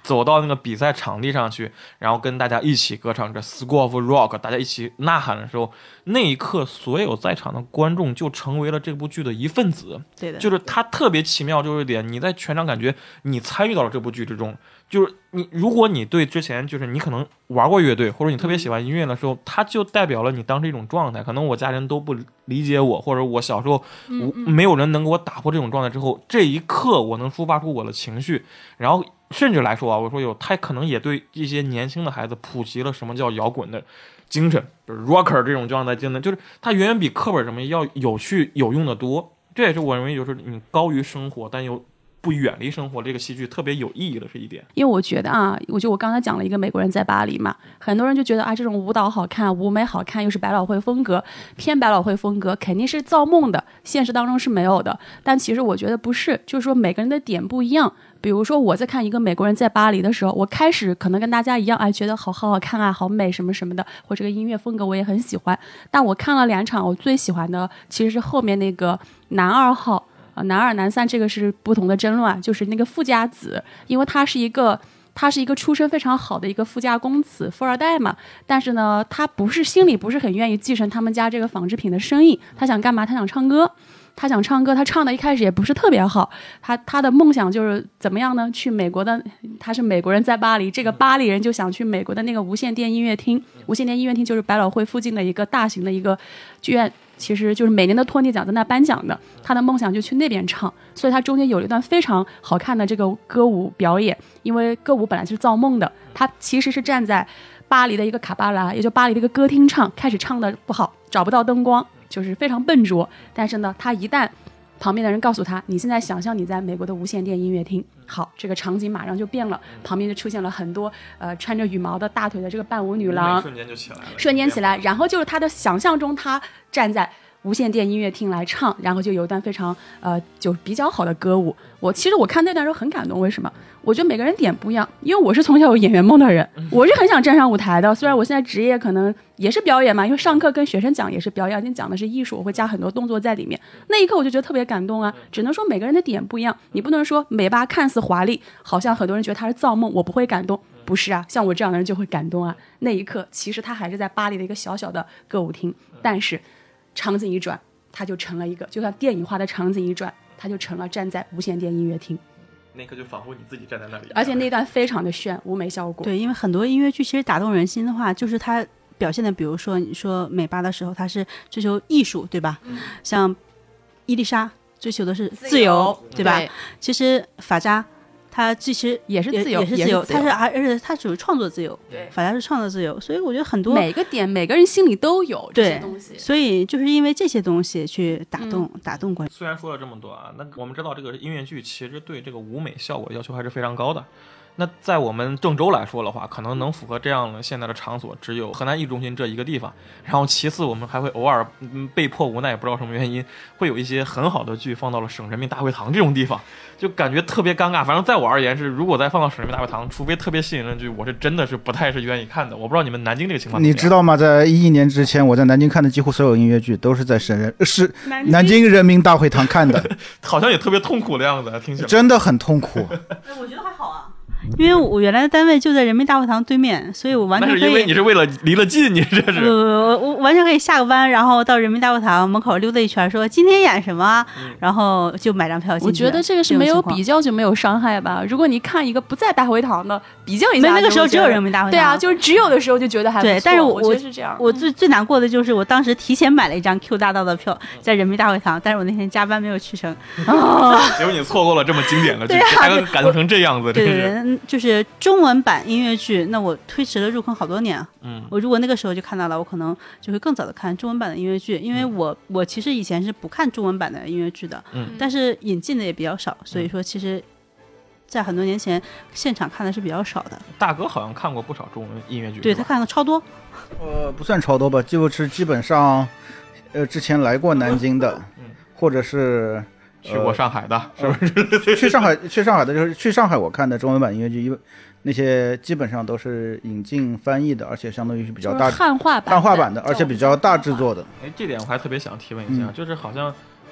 走到那个比赛场地上去，然后跟大家一起歌唱着 School of Rock， 大家一起呐喊的时候，那一刻所有在场的观众就成为了这部剧的一份子。 对的， 就是它特别奇妙，就是一点你在全场感觉你参与到了这部剧之中。就是如果你对之前就是你可能玩过乐队，或者你特别喜欢音乐的时候，它就代表了你当时一种状态。可能我家人都不理解我，或者我小时候没有人能给我打破这种状态之后，这一刻我能抒发出我的情绪，然后甚至来说啊，我说他可能也对一些年轻的孩子普及了什么叫摇滚的精神，就是 rocker 这种状态精神，就是它远远比课本什么要有趣有用的多。这也是我认为就是你高于生活，但又不远离生活，这个戏剧特别有意义的是一点。 因为我觉得我刚才讲了一个美国人在巴黎嘛，很多人就觉得这种舞蹈好看，舞美好看，又是百老汇风格，偏百老汇风格，肯定是造梦的，现实当中是没有的。但其实我觉得不是，就是说每个人的点不一样。比如说我在看一个美国人在巴黎的时候，我开始可能跟大家一样，觉得好看啊，好美什么什么的，或者这个音乐风格我也很喜欢。但我看了2场，我最喜欢的其实是后面那个男2号。男2男3这个是不同的争论就是那个富家子，因为他是一个出身非常好的一个富家公子，富二代嘛。但是呢，他心里不是很愿意继承他们家这个纺织品的生意，他想干嘛？他想唱歌。他唱的一开始也不是特别好。他的梦想就是怎么样呢？去美国的，他是美国人在巴黎，这个巴黎人就想去美国的那个无线电音乐厅。无线电音乐厅就是百老汇附近的一个大型的一个剧院。其实就是每年的托尼奖在那颁奖的，他的梦想就去那边唱，所以他中间有一段非常好看的这个歌舞表演。因为歌舞本来是造梦的，他其实是站在巴黎的一个卡巴拉，也就巴黎的一个歌厅唱，开始唱的不好，找不到灯光，就是非常笨拙。但是呢，他一旦旁边的人告诉他，你现在想象你在美国的无线电音乐厅，好，这个场景马上就变了，旁边就出现了很多穿着羽毛的大腿的这个伴舞女郎， 瞬间就起来了， 瞬间起来。然后就是他的想象中，他站在无线电音乐厅来唱，然后就有一段非常就比较好的歌舞。其实我看那段时候很感动，为什么？我觉得每个人点不一样，因为我是从小有演员梦的人，我是很想站上舞台的。虽然我现在职业可能也是表演嘛，因为上课跟学生讲也是表演，讲的是艺术，我会加很多动作在里面。那一刻我就觉得特别感动啊！只能说每个人的点不一样，你不能说美巴看似华丽，好像很多人觉得他是造梦，我不会感动。不是啊，像我这样的人就会感动啊。那一刻其实他还是在巴黎的一个小小的歌舞厅，但是场景一转，他就成了一个，就像电影化的场景一转，他就成了站在无线电音乐厅。 那刻就仿佛你自己站在那里， 而且那段非常的炫，舞美效果。 对，因为很多音乐剧其实打动人心的话，就是它表现的，比如说你说美巴的时候，它是追求艺术，对吧？像伊丽莎追求的是自由，对吧？其实法扎他其实也是自由， 也是自由，而且他属于创作自由，对，法家是创作自由，所以我觉得很多每个点每个人心里都有这些东西， 所以就是因为这些东西去打动观众。 虽然说了这么多啊，那我们知道这个音乐剧其实对这个舞美效果要求还是非常高的。那在我们郑州来说的话，可能能符合这样的现在的场所只有河南艺术中心这一个地方，然后其次我们还会偶尔被迫无奈，也不知道什么原因，会有一些很好的剧放到了省人民大会堂这种地方，就感觉特别尴尬。反正在我而言是，如果再放到省人民大会堂，除非特别吸引人的剧，我是真的是不太是愿意看的。我不知道你们南京这个情况怎么样。 你知道吗？在11年之前，我在南京看的几乎所有音乐剧都是在南京人民大会堂看的， 好像也特别痛苦的样子，听起来真的很痛苦。 我觉得还好啊。因为我原来的单位就在人民大会堂对面，所以我完全可以。 那是因为你是为了离了近，你这是。 我完全可以下个班，然后到人民大会堂门口溜达一圈，说今天演什么，然后就买张票进去。 我觉得这个是没有比较就没有伤害吧。如果你看一个不在大会堂的，比较一下， 那个时候只有人民大会堂。 对啊，就是只有的时候就觉得还不错。 对，但是我觉得是这样。 我最难过的就是我当时提前买了一张 Q 大道的票，在人民大会堂，但是我那天加班没有去成。 结果你错过了这么经典的剧，还感动成这样子，真是。 就是中文版音乐剧，那我推迟了入坑好多年。我如果那个时候就看到了，我可能就会更早的看中文版的音乐剧，因为我其实以前是不看中文版的音乐剧的，但是引进的也比较少，所以说其实在很多年前现场看的是比较少的。 大哥好像看过不少中文音乐剧， 对，他看的超多。 不算超多吧，就是基本上之前来过南京的，或者是去过上海的，是不是？ 去上海的就是去上海我看的中文版音乐剧，因为那些基本上都是引进翻译的，而且相当于是比较大汉化版的， 而且比较大制作的。 这点我还特别想提问一下，就是好像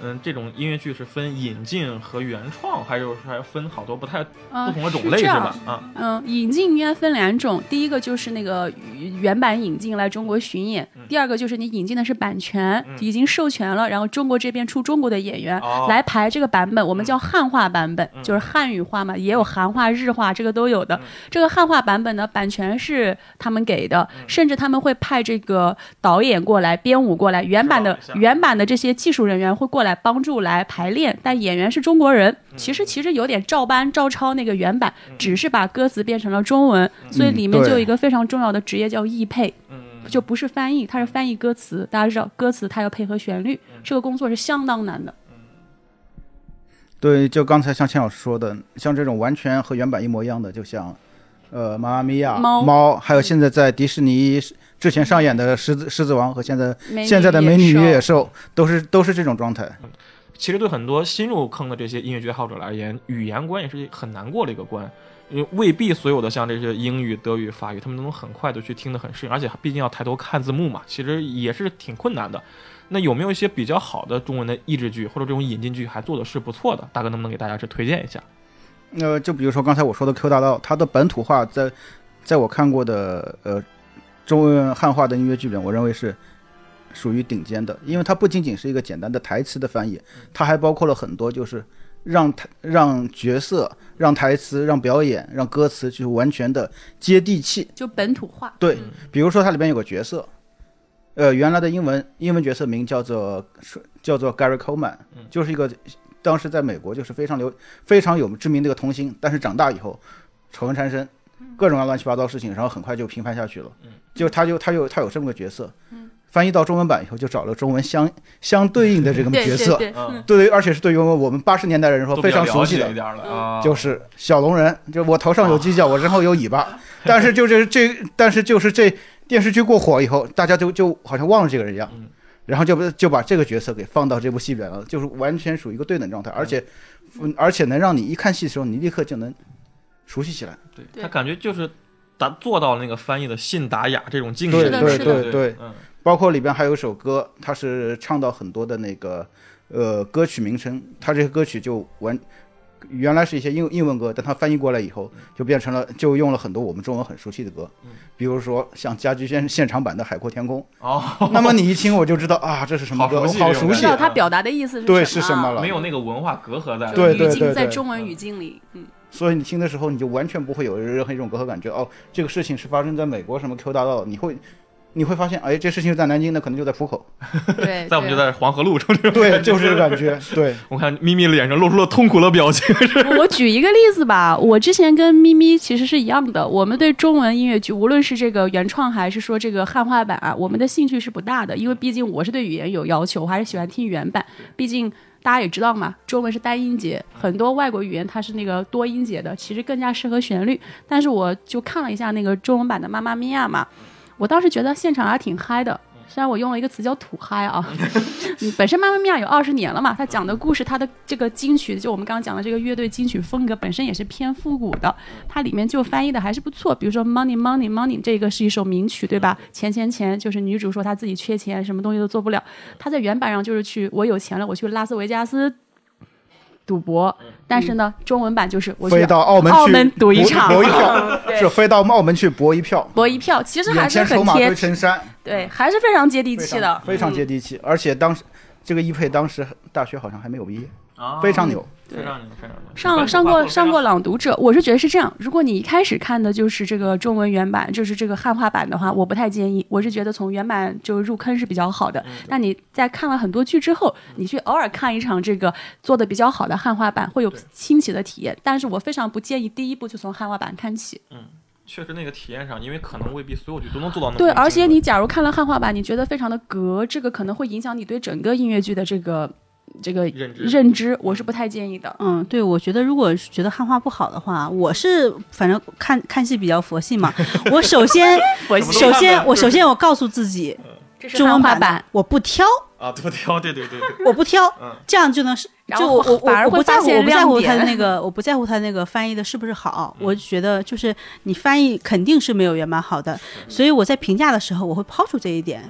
这种音乐剧是分引进和原创，还分好多不同的种类是吧？ 引进应该分2种，第一个就是那个原版引进来中国巡演，第二个就是你引进的是版权，已经授权了，然后中国这边出中国的演员来排这个版本，我们叫汉化版本，就是汉语化嘛，也有韩化、日化，这个都有的。这个汉化版本的版权是他们给的，甚至他们会派这个导演过来、编舞过来，原版的这些技术人员会过来帮助来排练，但演员是中国人，其实有点照抄那个原版，只是把歌词变成了中文，所以里面就有一个非常重要的职业叫译配，就不是翻译，它是翻译歌词。大家知道歌词它要配合旋律，这个工作是相当难的。 对，就刚才像钱老师说的，像这种完全和原版一模一样的，就像妈妈咪呀、猫，还有现在在迪士尼之前上演的狮子王和现在的美女与野兽，都是这种状态。 其实对很多新入坑的这些音乐剧爱好者而言，语言关也是很难过的一个关，因为未必所有的像这些英语、德语、法语，他们都能很快的去听得很适应，而且毕竟要抬头看字幕嘛，其实也是挺困难的。那有没有一些比较好的中文的译制剧或者这种引进剧还做的是不错的？大哥能不能给大家推荐一下？ 就比如说刚才我说的 Q 大道，它的本土化在我看过的中文汉化的音乐剧里面，我认为是属于顶尖的，因为它不仅仅是一个简单的台词的翻译，它还包括了很多就是让角色、让台词、让表演、让歌词就完全的接地气， 就本土化。 对，比如说它里边有个角色，原来的英文角色名叫做 Gary Coleman，就是一个当时在美国就是非常有知名的一个童星，但是长大以后丑闻缠身，各种乱七八糟事情，然后很快就平反下去了。就他有这么个角色，翻译到中文版以后，就找了中文相对应的这个角色，对，而且是对于我们80年代的人说非常熟悉的，就是小龙人，就我头上有犄角，我身后有尾巴。但是就是这电视剧过火以后，大家就好像忘了这个人一样。然后就把这个角色给放到这部戏里了，就是完全属于一个对等状态，而且能让你一看戏的时候，你立刻就能熟悉起来。 对，他感觉就是做到那个翻译的信达雅这种境界。 对，包括里边还有一首歌，它是唱到很多的那个歌曲名称，它这个歌曲就原来是一些英文歌，但它翻译过来以后，就用了很多我们中文很熟悉的歌，比如说像家居现场版的《海阔天空》。那么你一听我就知道啊，这是什么歌，好熟悉， 知道它表达的意思是对是什么了， 没有那个文化隔阂在， 对，语境在中文语境里， 所以你听的时候，你就完全不会有任何一种隔阂感觉。这个事情是发生在美国什么 Q 大道，你会发现，这事情在南京，那可能就在浦口， 对， 在我们就在黄河路上， 对，就是这个感觉。对， 我看咪咪脸上露出了痛苦的表情。 我举一个例子吧，我之前跟咪咪其实是一样的，我们对中文音乐剧，无论是这个原创还是说这个汉化版啊，我们的兴趣是不大的，因为毕竟我是对语言有要求，我还是喜欢听原版，毕竟。大家也知道嘛，中文是单音节，很多外国语言它是那个多音节的，其实更加适合旋律。但是我就看了一下那个中文版的《妈妈咪呀》嘛，我当时觉得现场还挺嗨的。虽然我用了一个词叫土嗨啊，本身《妈妈咪呀》有20年了嘛，它讲的故事，它的这个金曲，就我们刚刚讲的这个乐队金曲风格本身也是偏复古的，它里面就翻译的还是不错。比如说 Money Money Money 这个是一首名曲，对吧？钱，就是女主说她自己缺钱，什么东西都做不了。她在原版上就是我有钱了，我去拉斯维加斯赌博，但是呢，中文版就是我飞到澳门赌一场， 博一票，是飞到澳门去博一票， 其实还是很贴，对，还是非常接地气的， 非常接地气。而且当时这个一配当时大学好像还没有毕业，非常牛。 非常牛， 上过朗读者，我是觉得是这样。如果你一开始看的就是这个中文原版，就是这个汉化版的话，我不太建议。我是觉得从原版就入坑是比较好的。但你在看了很多剧之后，你去偶尔看一场这个做的比较好的汉化版，会有新奇的体验。但是我非常不建议第一部就从汉化版看起。 确实那个体验上，因为可能未必所有剧都能做到那么对，而且你假如看了汉化版，你觉得非常的隔，这个可能会影响你对整个音乐剧的这个认知，我是不太建议的。 对，我觉得如果觉得汉化不好的话，我是反正看戏比较佛系嘛。我首先我告诉自己，中文版我不挑啊，不挑，对， 我不挑，这样就能就我反而会发现亮点。 我不在乎他的那个，我不在乎他那个翻译的是不是好，我觉得就是你翻译肯定是没有原版好的，所以我在评价的时候我会抛出这一点。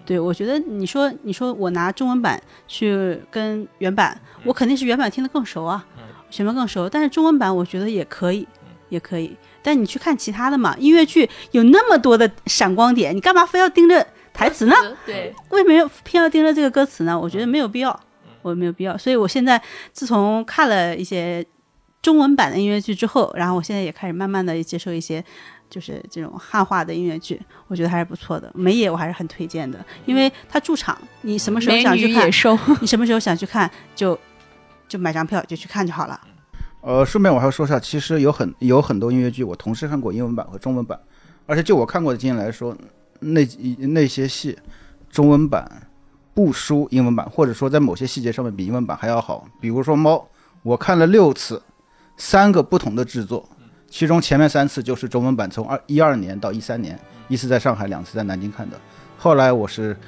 对，我觉得你说我拿中文版去跟原版，我肯定是原版听得更熟啊，选版更熟，但是中文版我觉得也可以，也可以。但你去看其他的嘛，音乐剧有那么多的闪光点，你干嘛非要盯着台词呢？ 对， 为什么偏要盯着这个歌词呢？我觉得没有必要，我没有必要。所以我现在自从看了一些中文版的音乐剧之后，然后我现在也开始慢慢的接受一些就是这种汉化的音乐剧，我觉得还是不错的。梅野我还是很推荐的，因为它驻场，你什么时候想去看，你什么时候想去看就买张票就去看就好了。 顺便我还要说一下，其实有很多音乐剧我同时看过英文版和中文版，而且就我看过的经验来说，那些戏中文版不输英文版，或者说在某些细节上面比英文版还要好。比如说猫，我看了6次，3个不同的制作，其中前面3次就是中文版，从12年到13年，一次在上海，2次在南京看的。后来我是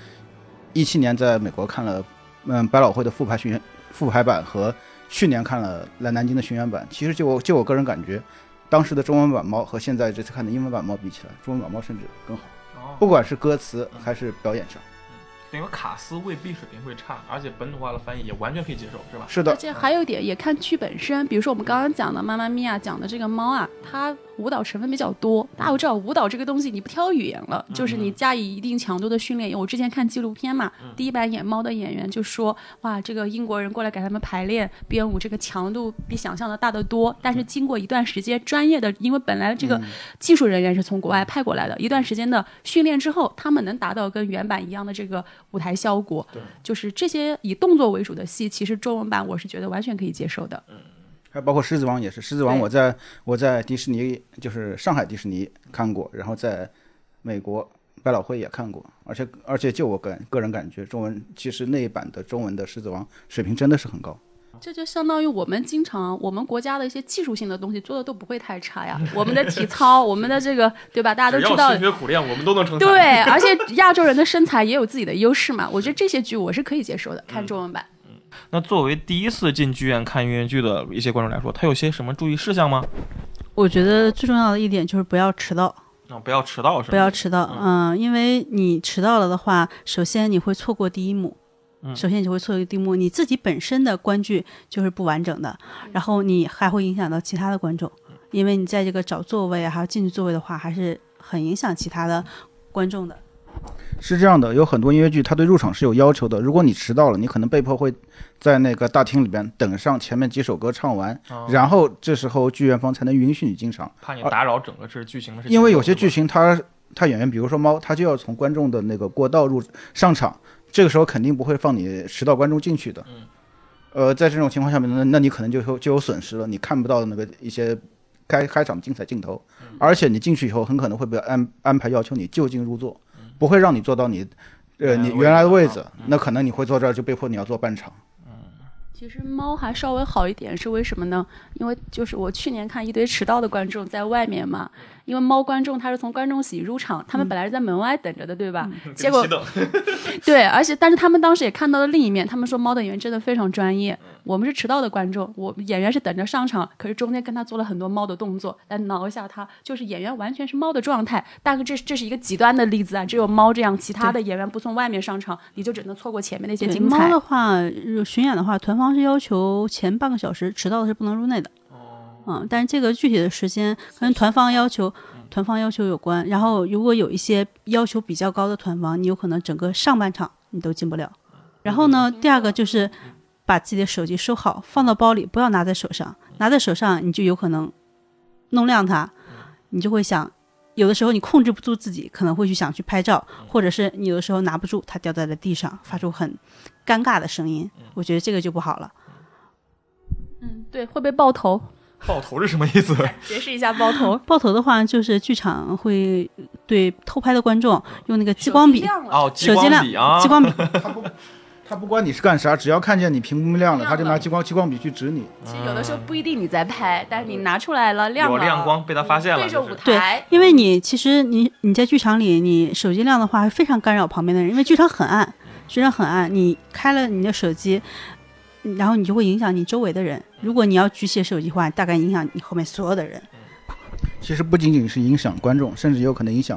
17年在美国看了百老汇的复排版，和去年看了来南京的巡演版。其实就我个人感觉，当时的中文版猫和现在这次看的英文版猫比起来，中文版猫甚至更好，不管是歌词还是表演上。 因为卡斯未必水平会差，而且本土化的翻译也完全可以接受，是吧？ 是的。 而且还有一点也看剧本身，比如说我们刚刚讲的《妈妈咪呀》讲的这个猫啊，它舞蹈成分比较多。大家都知道舞蹈这个东西你不挑语言了，就是你加以一定强度的训练。我之前看纪录片嘛，第一版演猫的演员就说，哇，这个英国人过来给他们排练编舞，这个强度比想象的大得多。但是经过一段时间专业的，因为本来这个技术人员是从国外派过来的，一段时间的训练之后，他们能达到跟原版一样的这个舞台效果。就是这些以动作为主的戏，其实中文版我是觉得完全可以接受的。 还包括狮子王也是，狮子王我在迪士尼，就是上海迪士尼看过，然后在美国百老汇也看过，而且就我个人感觉，中文其实那一版的中文的狮子王水平真的是很高。 这就相当于我们经常我们国家的一些技术性的东西做的都不会太差呀。我们的体操，我们的这个对吧？大家都知道， 只要勤学苦练，我们都能成才。 对，而且亚洲人的身材也有自己的优势嘛。我觉得这些剧我是可以接受的，看中文版。 那作为第一次进剧院看音乐剧的一些观众来说，他有些什么注意事项吗？ 我觉得最重要的一点就是不要迟到。 不要迟到是吧？ 不要迟到，因为你迟到了的话，首先你会错过第一幕。首先你就会错过第一幕，你自己本身的观剧就是不完整的，然后你还会影响到其他的观众，因为你在这个找座位还有进去座位的话，还是很影响其他的观众的。 是这样的，有很多音乐剧它对入场是有要求的，如果你迟到了，你可能被迫会在那个大厅里边等上前面几首歌唱完，然后这时候剧院方才能允许你进场， 怕你打扰整个是剧情的事情。 因为有些剧情它演员，比如说猫，他就要从观众的那个过道上场，这个时候肯定不会放你迟到观众进去的。在这种情况下面，那你可能就有损失了，你看不到那个一些开场的精彩镜头，而且你进去以后很可能会被安排要求你就近入座，不会让你坐到你原来的位置，那可能你会坐这儿就被迫你要坐半场。 其实猫还稍微好一点，是为什么呢？因为就是我去年看一堆迟到的观众在外面嘛，因为猫观众他是从观众席入场，他们本来是在门外等着的，对吧？结果对，但是他们当时也看到了另一面，他们说猫的演员真的非常专业。我们是迟到的观众，我演员是等着上场，可是中间跟他做了很多猫的动作来挠一下他，就是演员完全是猫的状态。但是这是一个极端的例子啊，只有猫这样，其他的演员不从外面上场，你就只能错过前面那些精彩。 猫的话，巡演的话，团方是要求前半个小时迟到的是不能入内的。但是这个具体的时间跟团方要求有关。然后如果有一些要求比较高的团方，你有可能整个上半场你都进不了。然后呢，第二个就是把自己的手机收好，放到包里，不要拿在手上。拿在手上你就有可能弄亮它，你就会想，有的时候你控制不住自己，可能会想去拍照，或者是你有的时候拿不住，它掉在了地上，发出很尴尬的声音。我觉得这个就不好了。 对，会被爆头。 爆头是什么意思？ 解释一下爆头。 爆头的话，就是剧场会对偷拍的观众用那个激光笔， 激光笔啊， 激光笔。 他不管你是干啥，只要看见你屏幕亮了，他就拿激光笔去指你。 其实有的时候不一定你在拍，但是你拿出来了，亮了， 有亮光被他发现了， 对着舞台。 对，因为其实你在剧场里，你手机亮的话，非常干扰旁边的人，因为剧场很暗，你开了你的手机，然后你就会影响你周围的人。如果你要举起手机的话，大概影响你后面所有的人。 其实不仅仅是影响观众，甚至有可能影响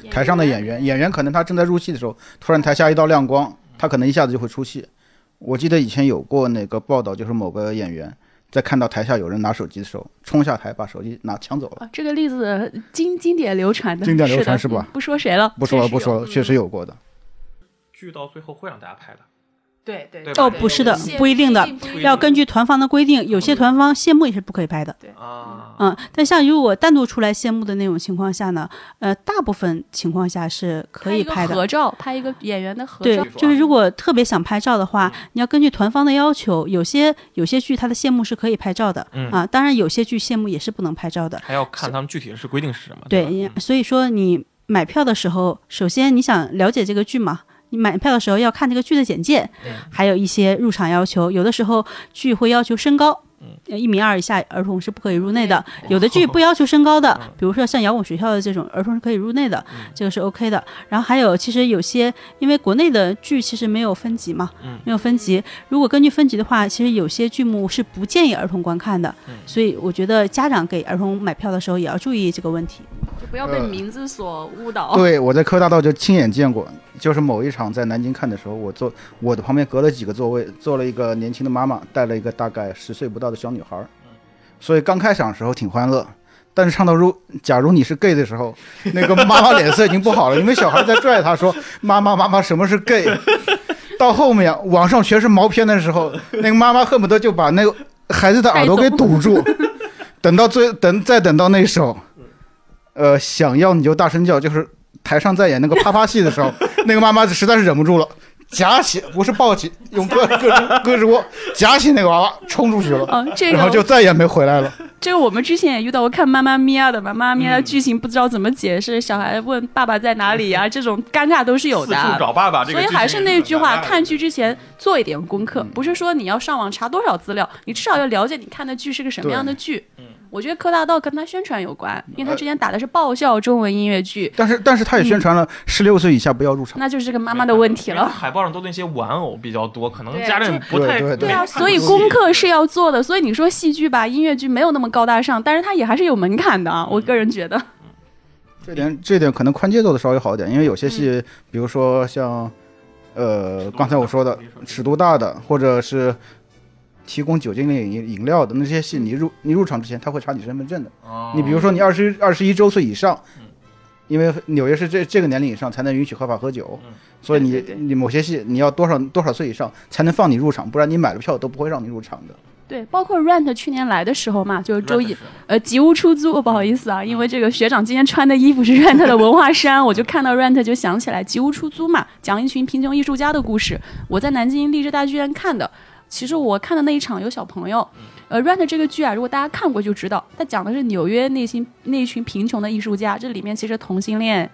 台上的演员可能他正在入戏的时候，突然台下一道亮光，他可能一下子就会出戏。我记得以前有过那个报道，就是某个演员在看到台下有人拿手机的时候，冲下台把手机抢走了。 这个例子经典流传的， 经典流传是吧？ 不说谁了， 不说，确实有过的。 剧到最后会让大家拍的。 对， 不是的，不一定的，要根据团方的规定，有些团方谢幕也是不可以拍的。 对但像如果单独出来谢幕的那种情况下呢，大部分情况下是可以拍的。 合照，拍一个演员的合照。 对，就是如果特别想拍照的话，你要根据团方的要求，有些剧它的谢幕是可以拍照的，当然有些剧谢幕也是不能拍照的， 还要看他们具体的是规定是什么。 对，所以说你买票的时候，首先你想了解这个剧嘛。你买票的时候要看这个剧的简介，还有一些入场要求。有的时候剧会要求身高，1.2米以下儿童是不可以入内的。有的剧不要求身高的，比如说像摇滚学校的这种儿童是可以入内的，这个是 OK 的。然后还有，其实有些因为国内的剧其实没有分级嘛，没有分级。如果根据分级的话，其实有些剧目是不建议儿童观看的。所以我觉得家长给儿童买票的时候也要注意这个问题， 就不要被名字所误导。 对，我在科大道就亲眼见过。就是某一场在南京看的时候，我的旁边隔了几个座位，坐了一个年轻的妈妈，带了一个大概10岁不到的小女孩，所以刚开场的时候挺欢乐，但是唱到假如你是 gay 的时候，那个妈妈脸色已经不好了，因为小孩在拽她说妈妈什么是 gay。到后面网上全是毛片的时候，那个妈妈恨不得就把那个孩子的耳朵给堵住，等到那首想要你就大声叫，就是台上在演那个啪啪戏的时候，那个妈妈实在是忍不住了，夹起，不是抱起，用胳肢窝夹起那个娃娃冲出去了，然后就再也没回来了。 这个我们之前也遇到过，看妈妈咪呀的嘛，妈妈咪呀的剧情不知道怎么解释，小孩问爸爸在哪里啊，这种尴尬都是有的。 四处找爸爸， 所以还是那句话，看剧之前做一点功课，不是说你要上网查多少资料，你至少要了解你看的剧是个什么样的剧。我觉得柯大道跟他宣传有关，因为他之前打的是爆笑中文音乐剧， 但是他也宣传了16岁以下不要入场， 那就是这个妈妈的问题了。 海报上都那些玩偶比较多，可能家人不太对啊，所以功课是要做的。所以你说戏剧吧，音乐剧没有那么高大上，但是它也还是有门槛的啊。我个人觉得， 这点可能宽街做的稍微好一点，因为有些戏，比如说像刚才我说的尺度大的，或者是提供酒精类饮料的那些戏，你入场之前他会查你身份证的。你比如说你21周岁以上，因为纽约是这个年龄以上才能允许合法喝酒，所以你某些戏你要多少岁以上才能放你入场，不然你买了票都不会让你入场的。 对，包括 Rent 去年来的时候嘛，就是周一吉屋出租，不好意思啊，因为这个学长今天穿的衣服是 Rent 的文化衫，我就看到 Rent 就想起来吉屋出租嘛，讲一群贫穷艺术家的故事。我在南京励志大剧院看的。其实我看的那一场有小朋友，Rent 这个剧啊，如果大家看过就知道，它讲的是纽约那一群贫穷的艺术家，这里面其实同性恋，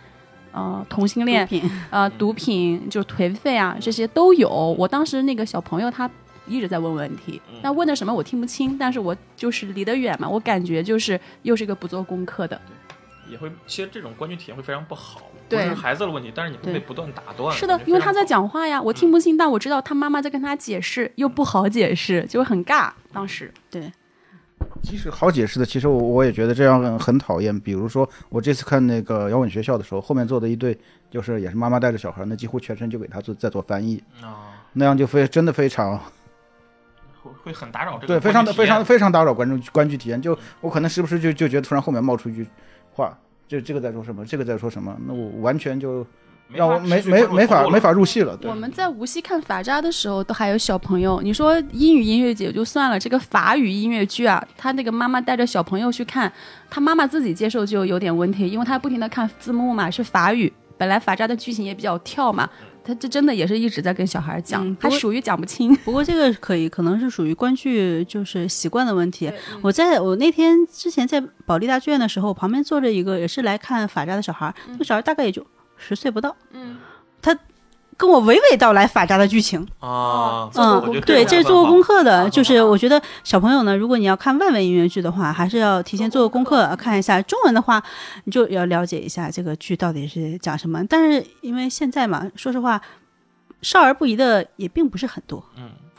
毒品就是颓废啊，这些都有。我当时那个小朋友他一直在问问题，那问的什么我听不清，但是我就是离得远嘛，我感觉就是又是一个不做功课的。 也会，其实这种观剧体验会非常不好，不是孩子的问题，但是你会被不断打断。 是的，因为他在讲话呀，我听不清，但我知道他妈妈在跟他解释，又不好解释，就会很尬。当时对， 即使好解释的，其实我也觉得这样很讨厌。比如说我这次看那个摇滚学校的时候，后面坐的一对就是也是妈妈带着小孩，那几乎全程就给他在做翻译，那样就真的非常。 会很打扰这个对，非常打扰观剧体验。就我可能时不时就觉得突然后面冒出一句话，这个在说什么，这个在说什么，那我完全就让我没法入戏了。对， 我们在无锡看法扎的时候，都还有小朋友。你说英语音乐节就算了，这个法语音乐剧啊，他那个妈妈带着小朋友去看，他妈妈自己接受就有点问题，因为他不停的看字幕嘛，是法语，本来法扎的剧情也比较跳嘛。他这真的也是一直在跟小孩讲，他属于讲不清。 不过这个可能是属于观剧就是习惯的问题。我那天之前在保利大剧院的时候，旁边坐着一个也是来看法扎的小孩，那个小孩大概也就10岁不到，他跟我娓娓道来法扎的剧情啊， 对，这是做过功课的。就是我觉得小朋友呢，如果你要看外文音乐剧的话，还是要提前做个功课，看一下中文的话，你就要了解一下这个剧到底是讲什么。但是因为现在嘛，说实话，少儿不宜的也并不是很多。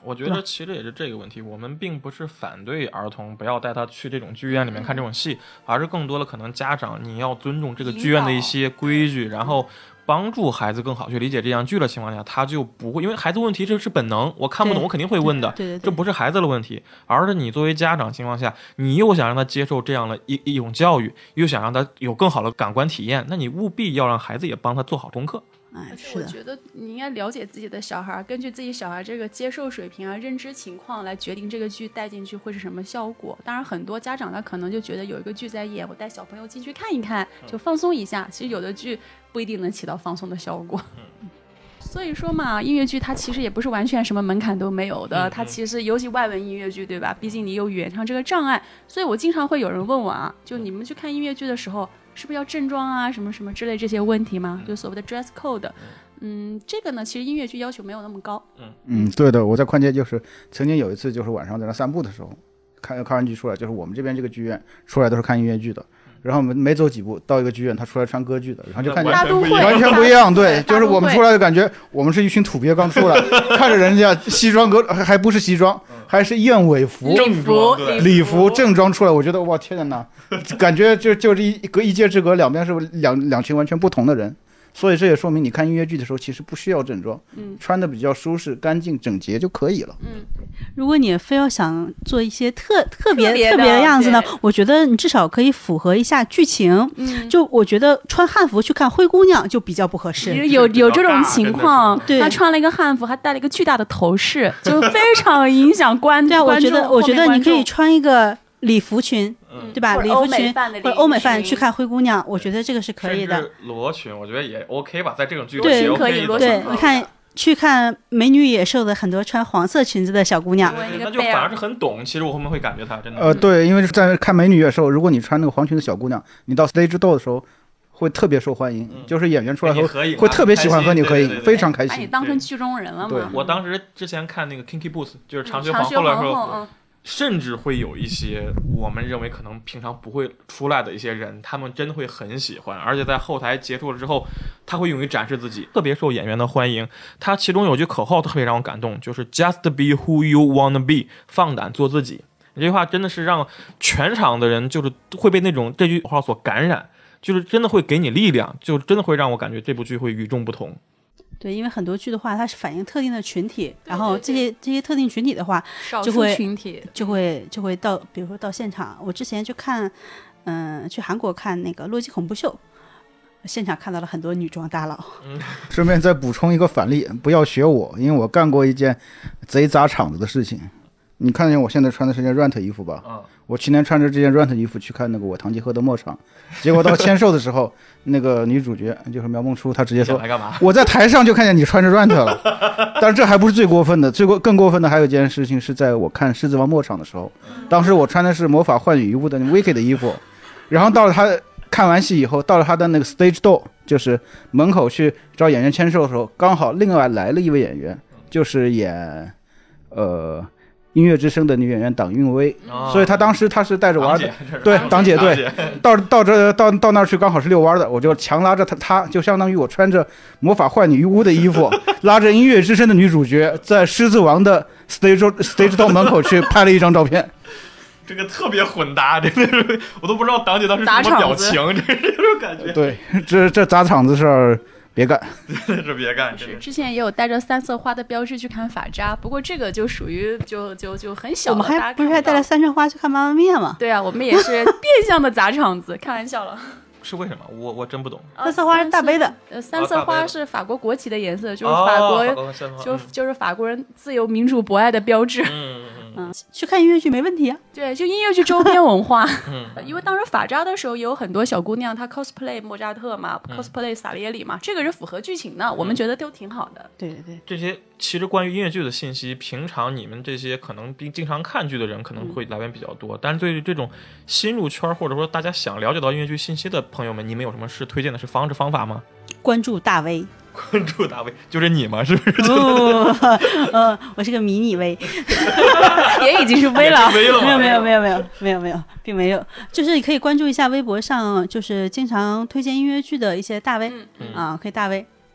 我觉得其实也是这个问题，我们并不是反对儿童不要带他去这种剧院里面看这种戏，而是更多的可能家长你要尊重这个剧院的一些规矩，然后帮助孩子更好去理解这样剧的情况下，他就不会，因为孩子问题这是本能，我看不懂我肯定会问的， 对， 这不是孩子的问题，而是你作为家长情况下，你又想让他接受这样的一种教育，又想让他有更好的感官体验，那你务必要让孩子也帮他做好功课。 而且我觉得你应该了解自己的小孩，根据自己小孩这个接受水平啊、认知情况来决定这个剧带进去会是什么效果。当然，很多家长他可能就觉得有一个剧在演，我带小朋友进去看一看，就放松一下。其实有的剧不一定能起到放松的效果。所以说嘛，音乐剧它其实也不是完全什么门槛都没有的，它其实尤其外文音乐剧，对吧？毕竟你有语言上这个障碍，所以我经常会有人问我啊，就你们去看音乐剧的时候，是不是要正装啊，什么什么之类这些问题吗？就所谓的 dress code。这个呢，其实音乐剧要求没有那么高。 对的，我在宽街就是曾经有一次，就是晚上在那散步的时候，看完剧出来，就是我们这边这个剧院出来都是看音乐剧的。然后我们没走几步到一个剧院，他出来穿歌剧的，然后就看见完全不一样。对，就是我们出来的感觉，我们是一群土鳖刚出来，看着人家西装革，还不是西装，还是燕尾服、礼服正装出来，我觉得哇天哪，感觉就是一街之隔，两边是两群完全不同的人。所以这也说明你看音乐剧的时候其实不需要正装，穿的比较舒适、干净、整洁就可以了。 如果你非要想做一些特别的样子呢，我觉得你至少可以符合一下剧情。就我觉得穿汉服去看灰姑娘就比较不合适。 有这种情况，她穿了一个汉服，还戴了一个巨大的头饰，就非常影响观众。 我觉得你可以穿一个礼服裙。对吧？礼服裙或者欧美范去看灰姑娘，我觉得这个是可以的。 罗裙我觉得也 OK 吧，在这种剧里也 OK 的。对，你看去看美女野兽的很多穿黄色裙子的小姑娘， 那就反而是很懂。其实我后面会感觉她真的对，因为在看美女野兽，如果你穿那个黄裙子小姑娘，你到 stage door 的时候会特别受欢迎，就是演员出来后会特别喜欢和你合影，非常开心，把你当成剧中人了嘛。 对，我当时之前看那个 Kinky Boots， 就是长靴皇后的时候。甚至会有一些我们认为可能平常不会出来的一些人，他们真的会很喜欢，而且在后台结束了之后，他会勇于展示自己，特别受演员的欢迎。他其中有句口号特别让我感动，就是 Just be who you wanna be， 放胆做自己。这句话真的是让全场的人就是会被这句话所感染，就是真的会给你力量，就真的会让我感觉这部剧会与众不同。 对，因为很多剧的话，它是反映特定的群体，然后这些特定群体的话， 就会到，比如说到现场。我之前去看，去韩国看那个洛基恐怖秀，现场看到了很多女装大佬。 顺便再补充一个反例，不要学我，因为我干过一件贼砸场子的事情。你看见我现在穿的是件 rent 衣服吧？我去年穿着这件 rent 衣服去看那个我堂吉诃德末场，结果到签售的时候，那个女主角就是苗梦初，她直接说：“我在台上就看见你穿着 rent 了。”但是这还不是最过分的，更过分的还有一件事情是在我看《狮子王》末场的时候，当时我穿的是魔法幻女巫的 Wicked 的衣服，然后到了她看完戏以后，到了她的那个 stage door， 就是门口去找演员签售的时候，刚好另外来了一位演员，就是演音乐之声的女演员党韵薇，所以她当时是带着娃的，对，党姐，对，到那儿去刚好是遛弯的，我就强拉着她，就相当于我穿着魔法幻女巫的衣服，拉着音乐之声的女主角，在狮子王的 stage 到门口去拍了一张照片。 这个特别混搭，真的是我都不知道党姐当时什么表情，这种感觉。对， 这砸场子事儿。别干， 真的是别干。 之前也有带着3色花的标志去看法扎，不过这个就属于就很小的。 我们还不是还带了3色花去看妈妈咪嘛？ 对啊，我们也是变相的砸场子，开玩笑了。 是为什么？我真不懂。 3色花是大杯的 ，3色花是法国国旗的颜色，就是法国，就是法国人自由民主博爱的标志。 去看音乐剧没问题啊。 对，就音乐剧周边文化。因为当时法扎的时候也有很多小姑娘，她 cosplay 莫扎特嘛，cosplay 萨列里嘛，这个是符合剧情的，我们觉得都挺好的。 对， 这些其实关于音乐剧的信息，平常你们这些可能经常看剧的人可能会来源比较多，但是对于这种新入圈或者说大家想了解到音乐剧信息的朋友们，你们有什么是推荐的方法吗？ 关注大 V。 关注大 V 就是你吗？是不是？ 我是个迷你 V， 也已经是 V 了。 没有，并没有。就是你可以关注一下微博上，就是经常推荐音乐剧的一些大 V，可以大 V。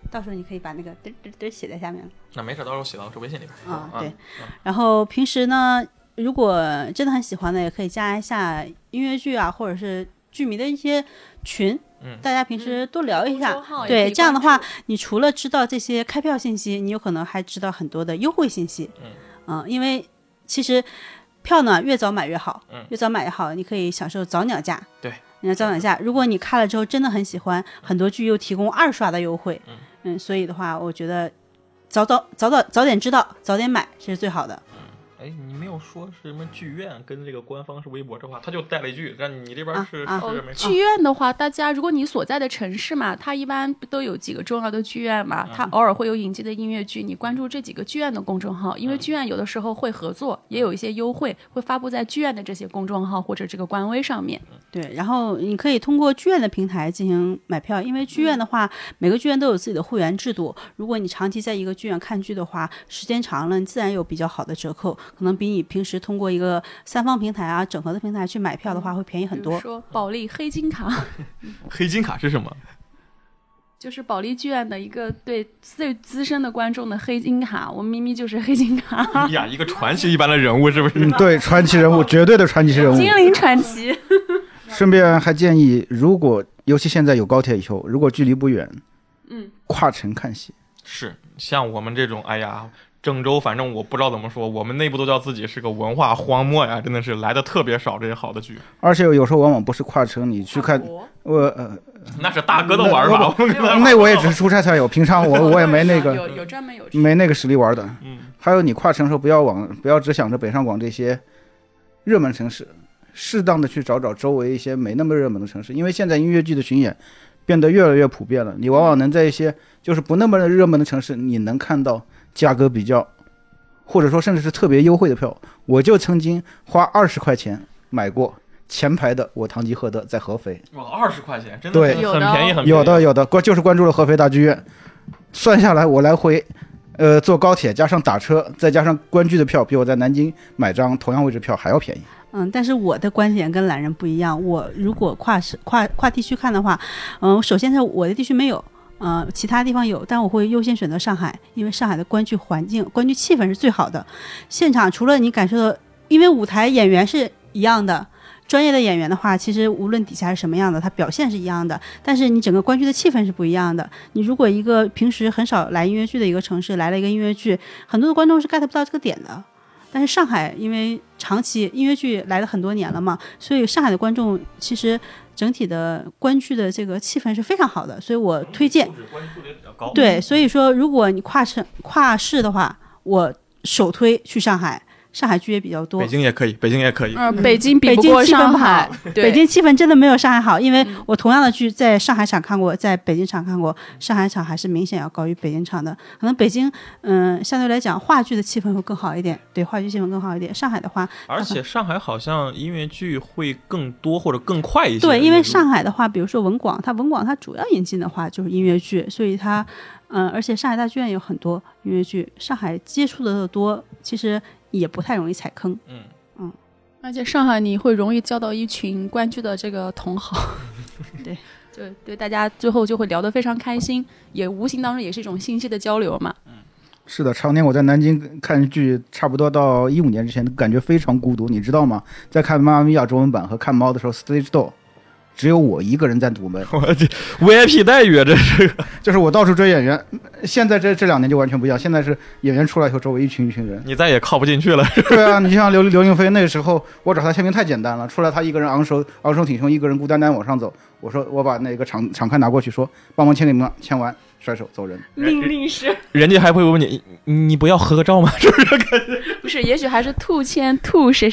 到时候你可以把那个写在下面。 那没事，到时候写到这微信里边。 对。然后平时呢，如果真的很喜欢的，也可以加一下音乐剧啊，或者是剧迷的一些群。大家平时多聊一下，对，这样的话，你除了知道这些开票信息，你有可能还知道很多的优惠信息。因为其实票呢越早买越好，越早买越好，你可以享受早鸟价。 对， 你看早鸟价，如果你看了之后真的很喜欢，很多剧又提供2刷的优惠。所以的话，我觉得早点知道，早点买是最好的。 哎，你没有说是什么剧院跟这个官方是微博这话，他就带了一句，但你这边是剧院的话，大家如果你所在的城市嘛，它一般都有几个重要的剧院嘛，它偶尔会有引进的音乐剧，你关注这几个剧院的公众号，因为剧院有的时候会合作，也有一些优惠会发布在剧院的这些公众号或者这个官微上面。 对，然后你可以通过剧院的平台进行买票，因为剧院的话，每个剧院都有自己的会员制度，如果你长期在一个剧院看剧的话，时间长了，你自然有比较好的折扣，可能比你平时通过一个3方平台啊整合的平台去买票的话会便宜很多。 比如说保利黑金卡黑金卡是什么？ 就是保利剧院的一个对最资深的观众的黑金卡，我们咪咪就是黑金卡。 呀，一个传奇一般的人物是不是？ 对，传奇人物，绝对的传奇人物， 精灵传奇。 顺便还建议，如果尤其现在有高铁以后，如果距离不远，跨城看戏。 是，像我们这种，哎呀，郑州，反正我不知道怎么说，我们内部都叫自己是个文化荒漠呀，真的是来的特别少这些好的剧。 而且有时候往往不是跨城，你去看那是大哥的玩法。 那我也只是出差才有，平常我也没那个有专门有没那个实力玩的。还有你跨城的时候不要只想着北上广这些热门城市，适当的去找找周围一些没那么热门的城市，因为现在音乐剧的巡演变得越来越普遍了，你往往能在一些就是不那么热门的城市，你能看到价格比较或者说甚至是特别优惠的票。我就曾经花20块钱买过前排的我堂吉诃德在合肥。 哇，20块钱真的很便宜，很便宜。 有的，就是关注了合肥大剧院，算下来我来回坐高铁加上打车再加上观剧的票，比我在南京买张同样位置票还要便宜。 但是我的观点跟懒人不一样，我如果跨地区看的话，首先是我的地区没有，其他地方有，但我会优先选择上海，因为上海的观剧环境、观剧气氛是最好的。现场除了你感受到，因为舞台演员是一样的，专业的演员的话，其实无论底下是什么样的，他表现是一样的，但是你整个观剧的气氛是不一样的。你如果一个平时很少来音乐剧的一个城市来了一个音乐剧，很多的观众是 get 不到这个点的。但是上海因为长期音乐剧来了很多年了嘛，所以上海的观众其实整体的观剧的这个气氛是非常好的，所以我推荐。对，所以说如果你跨市的话，我首推去上海。上海剧也比较多， 北京也可以。 北京比不过上海， 北京气氛真的没有上海好，因为我同样的剧在上海场看过，在北京场看过，上海场还是明显要高于北京场的。可能北京相对来讲话剧的气氛会更好一点，对，话剧气氛更好一点。上海的话， 而且上海好像音乐剧会更多或者更快一些。 对，因为上海的话，比如说文广它主要引进的话就是音乐剧，所以它而且上海大剧院有很多音乐剧，上海接触的多，其实也不太容易踩坑。 而且上海你会容易交到一群观剧的这个同好。 对， 就对大家最后就会聊得非常开心，也无形当中也是一种信息的交流嘛。 是的，常年我在南京看剧，差不多到15年之前，感觉非常孤独，你知道吗？在看《妈妈咪呀》中文版和看《猫》的时候 ，Stage Door 只有我一个人在堵门。 我这 VIP 待遇这是， 就是我到处追演员。现在这2年就完全不一样，现在是演员出来以后，周围一群人， 你再也靠不进去了。 对啊，你像刘令飞那个时候，我找他签名太简单了，出来他一个人昂首挺胸，一个人孤单单往上走。我说我把那个场刊拿过去，说帮忙签个名，签完甩手走人。 命令式， 人家还会问你不要合个照吗？是不是？ 不是，也许还是兔签兔谁。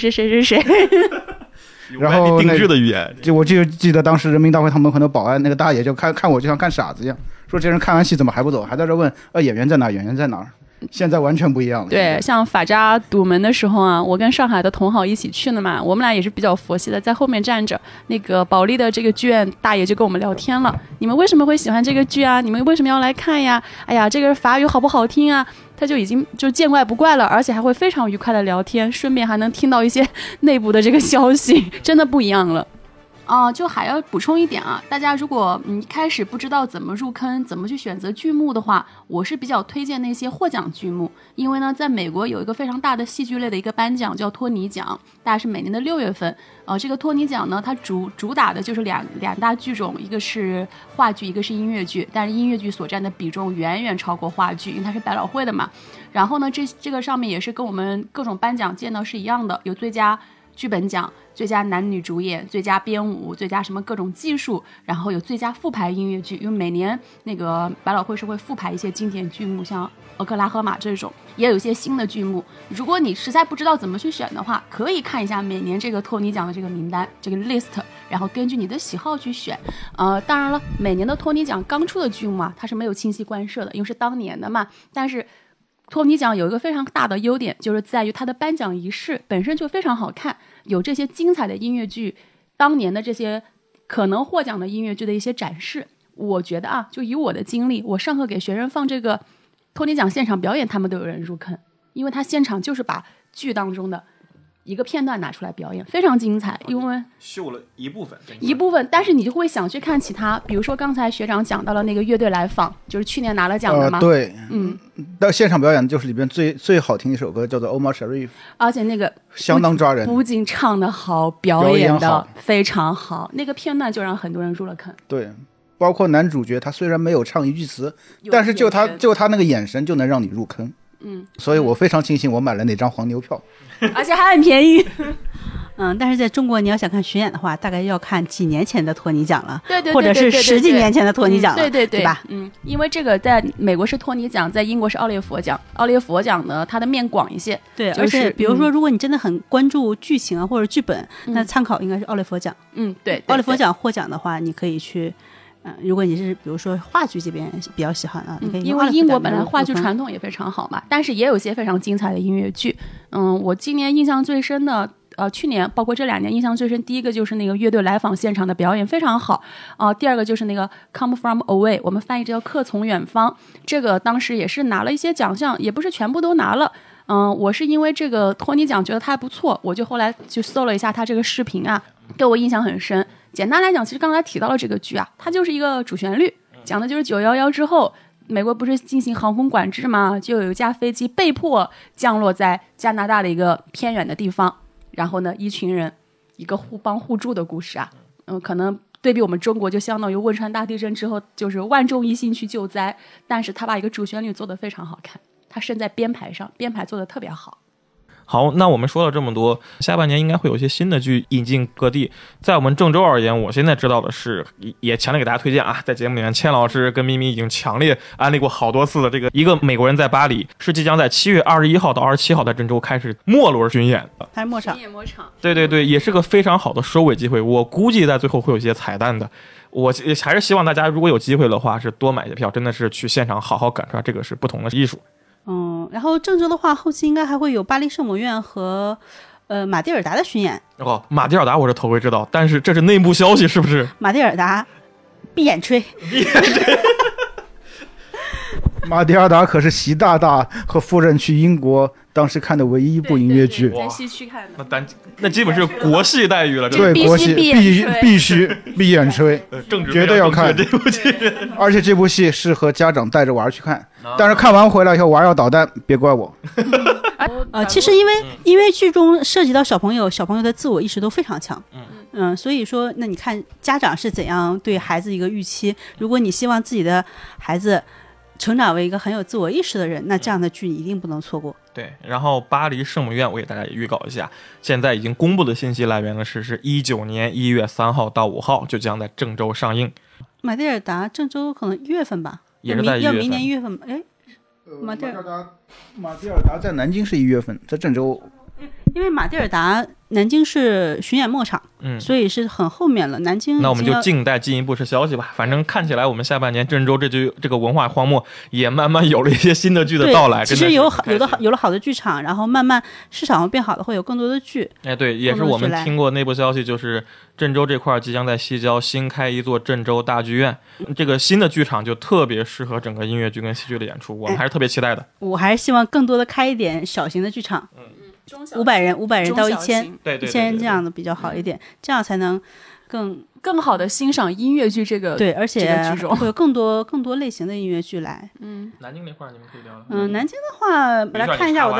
然后定制的语言， 我就记得当时人民大会堂门口的保安那个大爷就看我就像看傻子一样，说这人看完戏怎么还不走，还在这问演员在哪？现在完全不一样了。 对，像法扎堵门的时候啊，我跟上海的同好一起去的嘛，我们俩也是比较佛系的，在后面站着，那个保利的这个剧院大爷就跟我们聊天了，你们为什么会喜欢这个剧啊？你们为什么要来看呀？哎呀，这个法语好不好听啊？他就已经就见怪不怪了，而且还会非常愉快的聊天，顺便还能听到一些内部的这个消息，真的不一样了。 就还要补充一点啊，大家如果一开始不知道怎么入坑，怎么去选择剧目的话，我是比较推荐那些获奖剧目，因为呢，在美国有一个非常大的戏剧类的一个颁奖叫托尼奖，大概是每年的6月份。这个托尼奖呢，它主打的就是两大剧种，一个是话剧，一个是音乐剧，但是音乐剧所占的比重远远超过话剧，因为它是百老汇的嘛。然后呢，这个上面也是跟我们各种颁奖见到是一样的，有最佳剧本奖、最佳男女主演、最佳编舞、最佳什么各种技术，然后有最佳复排音乐剧，因为每年那个百老汇是会复排一些经典剧目，像俄克拉荷马这种，也有一些新的剧目。如果你实在不知道怎么去选的话，可以看一下每年这个托尼奖的这个名单，这个 list， 然后根据你的喜好去选。当然了，每年的托尼奖刚出的剧目啊，它是没有清晰关涉的，因为是当年的嘛。但是托尼奖有一个非常大的优点，就是在于它的颁奖仪式本身就非常好看，有这些精彩的音乐剧，当年的这些可能获奖的音乐剧的一些展示。我觉得啊，就以我的经历，我上课给学生放这个托尼奖现场表演，他们都有人入坑，因为他现场就是把剧当中的一个片段拿出来表演，非常精彩。因为秀了一部分， 但是你就会想去看其他，比如说刚才学长讲到了那个乐队来访，就是去年拿了奖的嘛。 对，到现场表演就是里边最好听的一首歌叫做 Omar Sharif， 而且那个相当抓人， 不仅唱得好，表演的非常好，那个片段就让很多人入了坑。 对，包括男主角他虽然没有唱一句词，但是就他那个眼神就能让你入坑。所以我非常庆幸我买了那张黄牛票， 而且还很便宜。 但是在中国你要想看巡演的话，大概要看几年前的托尼奖了， 对， 或者是10几年前的托尼奖了， 对吧？ 因为这个在美国是托尼奖，在英国是奥列佛奖。奥列佛奖呢，它的面广一些， 对， 就是、 而且比如说，如果你真的很关注剧情啊或者剧本，那参考应该是奥列佛奖。 对， 奥列佛奖获奖的话，你可以去。如果你是比如说话剧这边比较喜欢啊，你可以因为英国本来话剧传统也非常好嘛，但是也有一些非常精彩的音乐剧。我今年印象最深的，去年包括这2年印象最深，第一个就是那个乐队来访现场的表演非常好，第二个就是那个 Come From Away， 我们翻译叫客从远方，这个当时也是拿了一些奖项，也不是全部都拿了。我是因为这个托尼奖觉得他还不错，我就后来就搜了一下他这个视频啊，对我印象很深。简单来讲，其实刚才提到了这个剧啊，它就是一个主旋律，讲的就是911之后，美国不是进行航空管制嘛，就有一架飞机被迫降落在加拿大的一个偏远的地方，然后呢，一群人一个互帮互助的故事啊，可能对比我们中国就相当于汶川大地震之后，就是万众一心去救灾，但是他把一个主旋律做得非常好看，他胜在编排上，编排做得特别好。 好，那我们说了这么多，下半年应该会有一些新的剧引进各地。在我们郑州而言，我现在知道的是，也强烈给大家推荐啊，在节目里面，千老师跟咪咪已经强烈安利过好多次的这个一个美国人在巴黎，是即将在7月21号到27号在郑州开始末轮巡演的。 还是末场？ 巡演末场。 对，也是个非常好的收尾机会。我估计在最后会有一些彩蛋的。我还是希望大家如果有机会的话，是多买一些票，真的是去现场好好感受这个是不同的艺术。 然后郑州的话，后期应该还会有巴黎圣母院和马蒂尔达的巡演。 马蒂尔达我是头回知道，但是这是内部消息是不是？ 马蒂尔达闭眼吹。 马蒂尔达可是习大大和夫人去英国当时看的唯一一部音乐剧， 在西区看的。 那基本是国系待遇了， 对，国系必须闭眼吹，绝对要看这部戏。而且这部戏适合家长带着娃去看，但是看完回来以后娃要捣蛋，别怪我。 其实因为音乐剧中涉及到小朋友的自我意识都非常强，所以说那你看家长是怎样对孩子一个预期，如果你希望自己的孩子成长为一个很有自我意识的人，那这样的剧你一定不能错过。 对，然后巴黎圣母院我给大家也预告一下，现在已经公布的信息来源呢是19年1月3号到5号就将在郑州上映。 马蒂尔达郑州可能1月份吧， 也是在1月份， 要明年1月份。 马蒂尔达在南京是1月份，在郑州。 因为马蒂尔达南京是巡演末场，所以是很后面了。南京那我们就静待进一步是消息吧。反正看起来我们下半年郑州这个文化荒漠也慢慢有了一些新的剧的到来。 其实有了好的剧场，然后慢慢市场会变好的，会有更多的剧。 对，也是我们听过内部消息，就是郑州这块即将在西郊新开一座郑州大剧院，这个新的剧场就特别适合整个音乐剧跟戏剧的演出，我们还是特别期待的。 我还是希望更多的开一点小型的剧场。500人到1000人这样的比较好一点，这样才能更好的欣赏音乐剧这个对，而且这个剧种会有更多类型的音乐剧来。 南京那块你们可以聊聊。 南京的话，我来看一下我的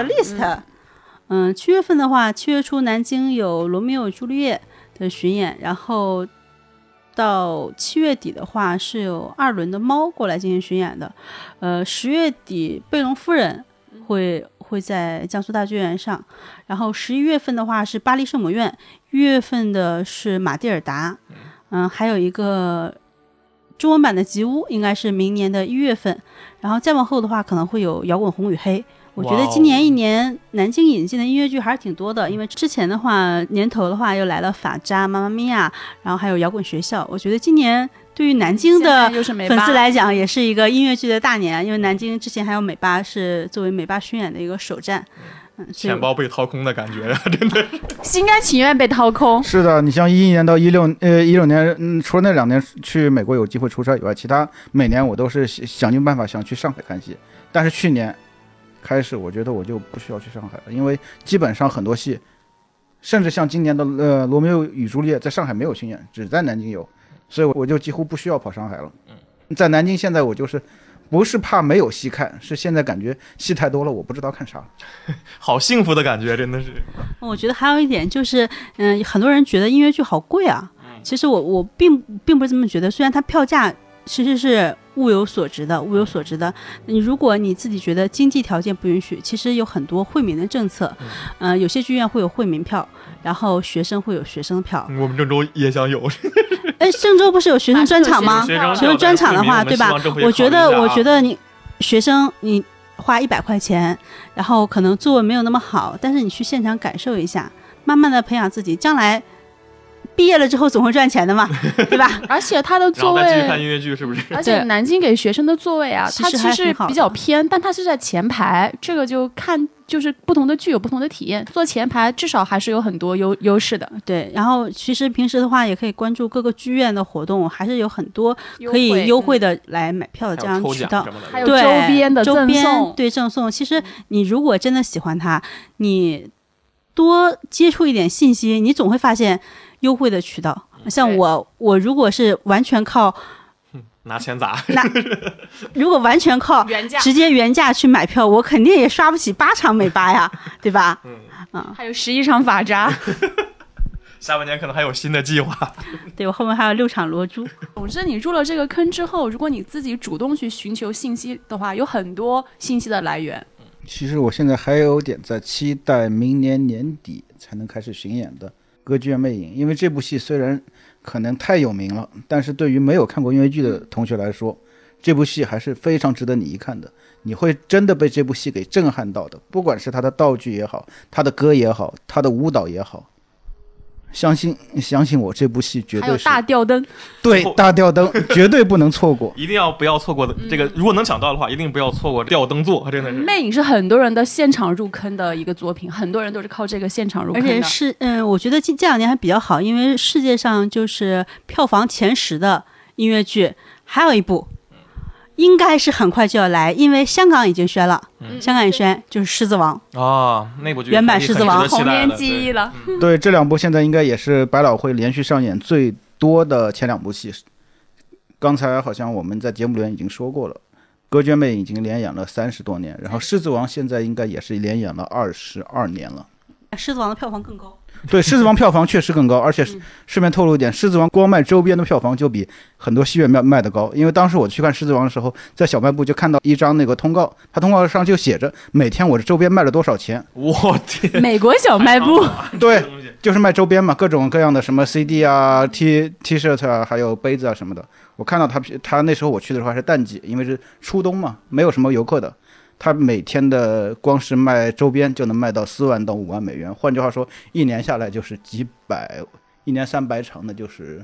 list。7月份的话，7月初南京有《罗密欧与朱丽叶》的巡演，然后到7月底的话是有2轮的猫过来进行巡演的。10月底贝隆夫人会在江苏大剧院上，然后11月份的话是巴黎圣母院，1月份的是马蒂尔达，还有一个中文版的吉屋，应该是明年的1月份，然后再往后的话可能会有摇滚红与黑。我觉得今年一年南京引进的音乐剧还是挺多的，因为之前的话年头的话又来了法扎、妈妈咪呀，然后还有摇滚学校。我觉得今年对于南京的粉丝来讲也是一个音乐剧的大年，因为南京之前还有美巴是作为美巴巡演的一个首站。 钱包被掏空的感觉呀，真的心甘情愿被掏空。 是的，你像11年到16年，除了那2年去美国有机会出差以外，其他每年我都是想尽办法想去上海看戏。但是去年开始，我觉得我就不需要去上海了，因为基本上很多戏，甚至像今年的罗密欧与朱丽叶在上海没有巡演，只在南京有，所以我就几乎不需要跑上海了。在南京现在我就是不是怕没有戏看，是现在感觉戏太多了，我不知道看啥。 好幸福的感觉，真的是。 我觉得还有一点就是，很多人觉得音乐剧好贵啊。其实我并不是这么觉得，虽然它票价其实是物有所值的。你如果你自己觉得经济条件不允许，其实有很多惠民的政策。有些剧院会有惠民票，然后学生会有学生票。 我们郑州也想有。 郑州不是有学生专场吗？学生专场的话，对吧？我觉得你学生你花100块钱，然后可能座位没有那么好，但是你去现场感受一下，慢慢的培养自己，将来毕业了之后总会赚钱的嘛，对吧？ 而且他的座位， 然后再继续看音乐剧，是不是？ 而且南京给学生的座位啊，它其实比较偏，但它是在前排，这个就看就是不同的剧有不同的体验，坐前排至少还是有很多优势的。 对，然后其实平时的话也可以关注各个剧院的活动，还是有很多可以优惠的来买票的这样渠道， 还有周边的赠送， 对赠送。其实你如果真的喜欢它，你多接触一点信息，你总会发现优惠的渠道。像我如果是完全靠拿钱砸， 如果完全靠直接原价去买票，我肯定也刷不起8场美巴呀，对吧？ 还有11场法扎。 下半年可能还有新的计划。 对，我后面还有6场罗珠。 总之，你入了这个坑之后，如果你自己主动去寻求信息的话，有很多信息的来源。 其实我现在还有点在期待明年年底才能开始巡演的《歌剧院魅影》，因为这部戏虽然可能太有名了，但是对于没有看过音乐剧的同学来说，这部戏还是非常值得你一看的。你会真的被这部戏给震撼到的，不管是它的道具也好，它的歌也好，它的舞蹈也好，相信我，这部戏绝对是。还有大吊灯， 对，大吊灯绝对不能错过， 一定不要错过的这个，如果能抢到的话，一定不要错过吊灯座，真的是。 魅影是很多人的现场入坑的一个作品，很多人都是靠这个现场入坑的。 而且是我觉得这2年还比较好，因为世界上就是票房前10的音乐剧，还有一部应该是很快就要来，因为香港已经宣了，香港也宣，就是《狮子王》 那部剧原版《狮子王》 童年记忆了。 对，这2部现在应该也是百老汇连续上演最多的前2部戏。刚才好像我们在节目里面已经说过了，《歌剧魅影》已经连演了30多年，然后《狮子王》现在应该也是连演了22年了。 《狮子王》的票房更高。 对，《狮子王》票房确实更高，而且顺便透露一点，《狮子王》光卖周边的票房就比很多戏院卖的高。因为当时我去看《狮子王》的时候，在小卖部就看到一张那个通告，它通告上就写着每天我的周边卖了多少钱。 我天！ 美国小卖部， 对，就是卖周边嘛，各种各样的什么 CD 啊、T 恤啊，还有杯子啊什么的。我看到他那时候我去的时候还是淡季，因为是初冬嘛，没有什么游客的。他每天的光是卖周边就能卖到4万到5万美元，换句话说，一年下来就是几百，一年300场，那就是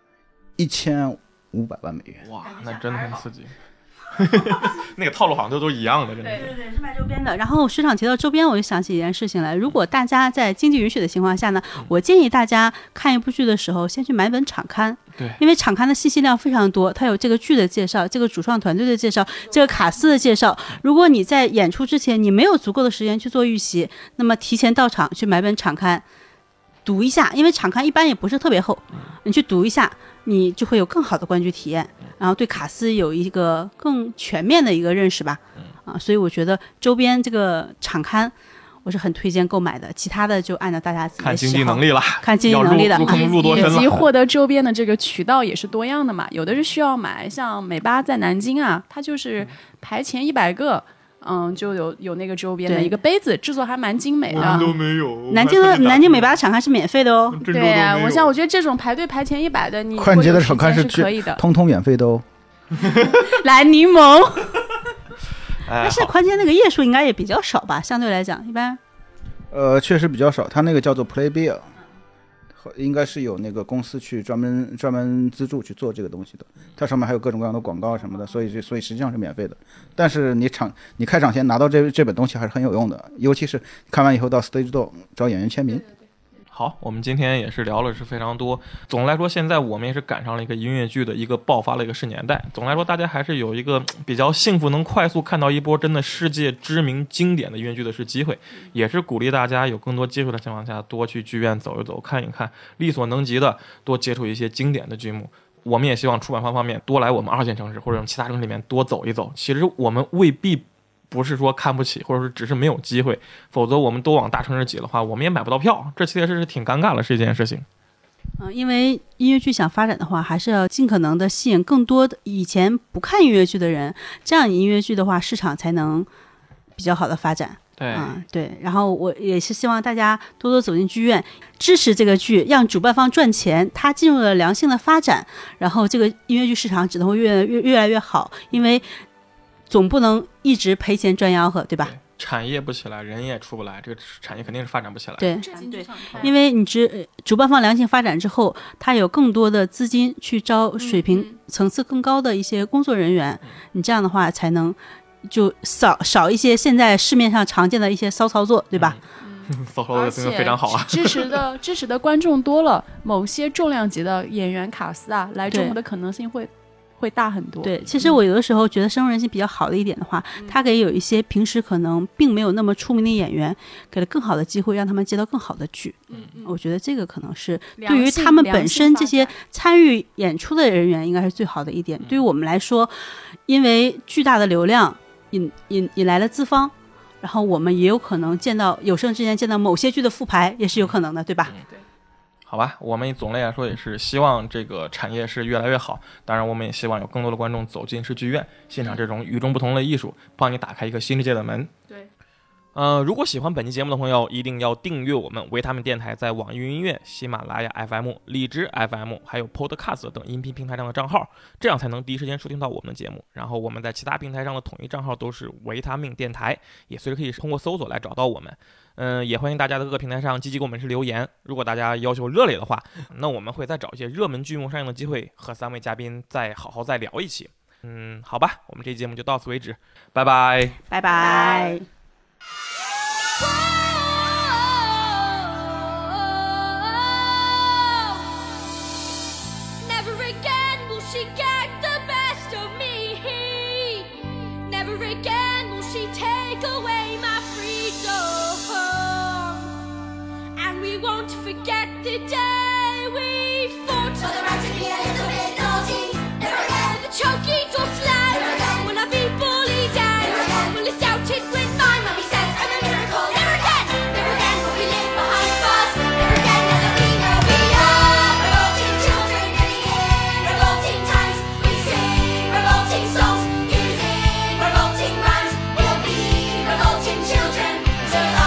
1500万美元。 哇，那真的很刺激。那个套路好像都一样的，真的。 对，是卖周边的。然后学长提到周边，我就想起一件事情来。如果大家在经济允许的情况下呢，我建议大家看一部剧的时候，先去买本场刊。 对， 因为场刊的信息量非常多，它有这个剧的介绍，这个主创团队的介绍，这个卡司的介绍。如果你在演出之前你没有足够的时间去做预习，那么提前到场去买本场刊， 读一下，因为场刊一般也不是特别厚，你去读一下，你就会有更好的观剧体验，然后对卡斯有一个更全面的一个认识吧。所以我觉得周边这个场刊我是很推荐购买的，其他的就按照大家自己的看经济能力了， 看经济能力的， 入坑入多深了， 以及获得周边的这个渠道也是多样的嘛。有的是需要买，像美巴在南京啊，它就是排前100个，就有那个周边的一个杯子，制作还蛮精美的。 我们都没有。 南京美巴的场刊是免费的哦。 对啊，我觉得这种排队排前100的，你快捷的场刊是可以的， 通通免费的哦。 来柠檬。 但是宽街那个页数应该也比较少吧，相对来讲一般。 确实比较少，它那个叫做 Playbear， 应该是有那个公司去专门资助去做这个东西的，它上面还有各种各样的广告什么的，所以实际上是免费的。但是你开场前拿到这本东西还是很有用的，尤其是看完以后到 Stage Door 找演员签名。 好，我们今天也是聊了是非常多。总的来说，现在我们也是赶上了一个音乐剧的一个爆发的一个是年代。总的来说，大家还是有一个比较幸福，能快速看到一波真的世界知名经典的音乐剧的是机会，也是鼓励大家有更多机会的情况下，多去剧院走一走、看一看，力所能及的多接触一些经典的剧目。我们也希望出版方面多来我们2线城市或者其他城市里面多走一走。其实我们未必不是说看不起，或者说只是没有机会，否则我们都往大城市挤的话，我们也买不到票，这其实是挺尴尬的是一件事情。 因为音乐剧想发展的话，还是要尽可能的吸引更多的以前不看音乐剧的人，这样音乐剧的话市场才能比较好的发展。 对， 对。然后我也是希望大家多多走进剧院，支持这个剧，让主办方赚钱，它进入了良性的发展，然后这个音乐剧市场只能会越来越好，因为总不能一直赔钱赚吆喝，对吧？ 对，产业不起来，人也出不来，这个产业肯定是发展不起来。 对，因为你主办方良性发展之后，他有更多的资金去招水平层次更高的一些工作人员，你这样的话才能就少一些现在市面上常见的一些骚操作，对吧？ 骚操作真的非常好啊！ 支持的观众多了，某些重量级的演员卡司啊，来中国的可能性会大很多。 对，其实我有的时候觉得深入人心比较好的一点的话，他给有一些平时可能并没有那么出名的演员，给了更好的机会，让他们接到更好的剧。我觉得这个可能是对于他们本身这些参与演出的人员应该是最好的一点。对于我们来说，因为巨大的流量引来了资方，然后我们也有可能有生之年见到某些剧的复排，也是有可能的，对吧？ 对。 好吧，我们总类来说也是希望这个产业是越来越好，当然我们也希望有更多的观众走进是剧院，欣赏这种与众不同的艺术，帮你打开一个新世界的门。 对。 如果喜欢本期节目的朋友，一定要订阅我们维他命电台在网易云音乐、喜马拉雅 FM、荔枝 FM 还有 Podcast 等音频平台上的账号，这样才能第一时间收听到我们的节目。然后我们在其他平台上的统一账号都是维他命电台，也随时可以通过搜索来找到我们。也欢迎大家在各个平台上积极给我们留言。如果大家要求热烈的话，那我们会再找一些热门剧目上映的机会，和3位嘉宾再聊一期。好吧，我们这期节目就到此为止，拜拜， 拜拜。 Never again will she get the best of me. Never again will she take away my freedom. And we won't forget the day we fought for the right to be a little bit naughty. Never again will the choking doors slide. Never again will I be bullied out. Never again will I doubt it when my mummy says I'm a miracle. Never again will we live behind bars. Never again will we know we are revolting children. Every year, revolting times, we sing revolting songs, using revolting rhymes. We'll be revolting children till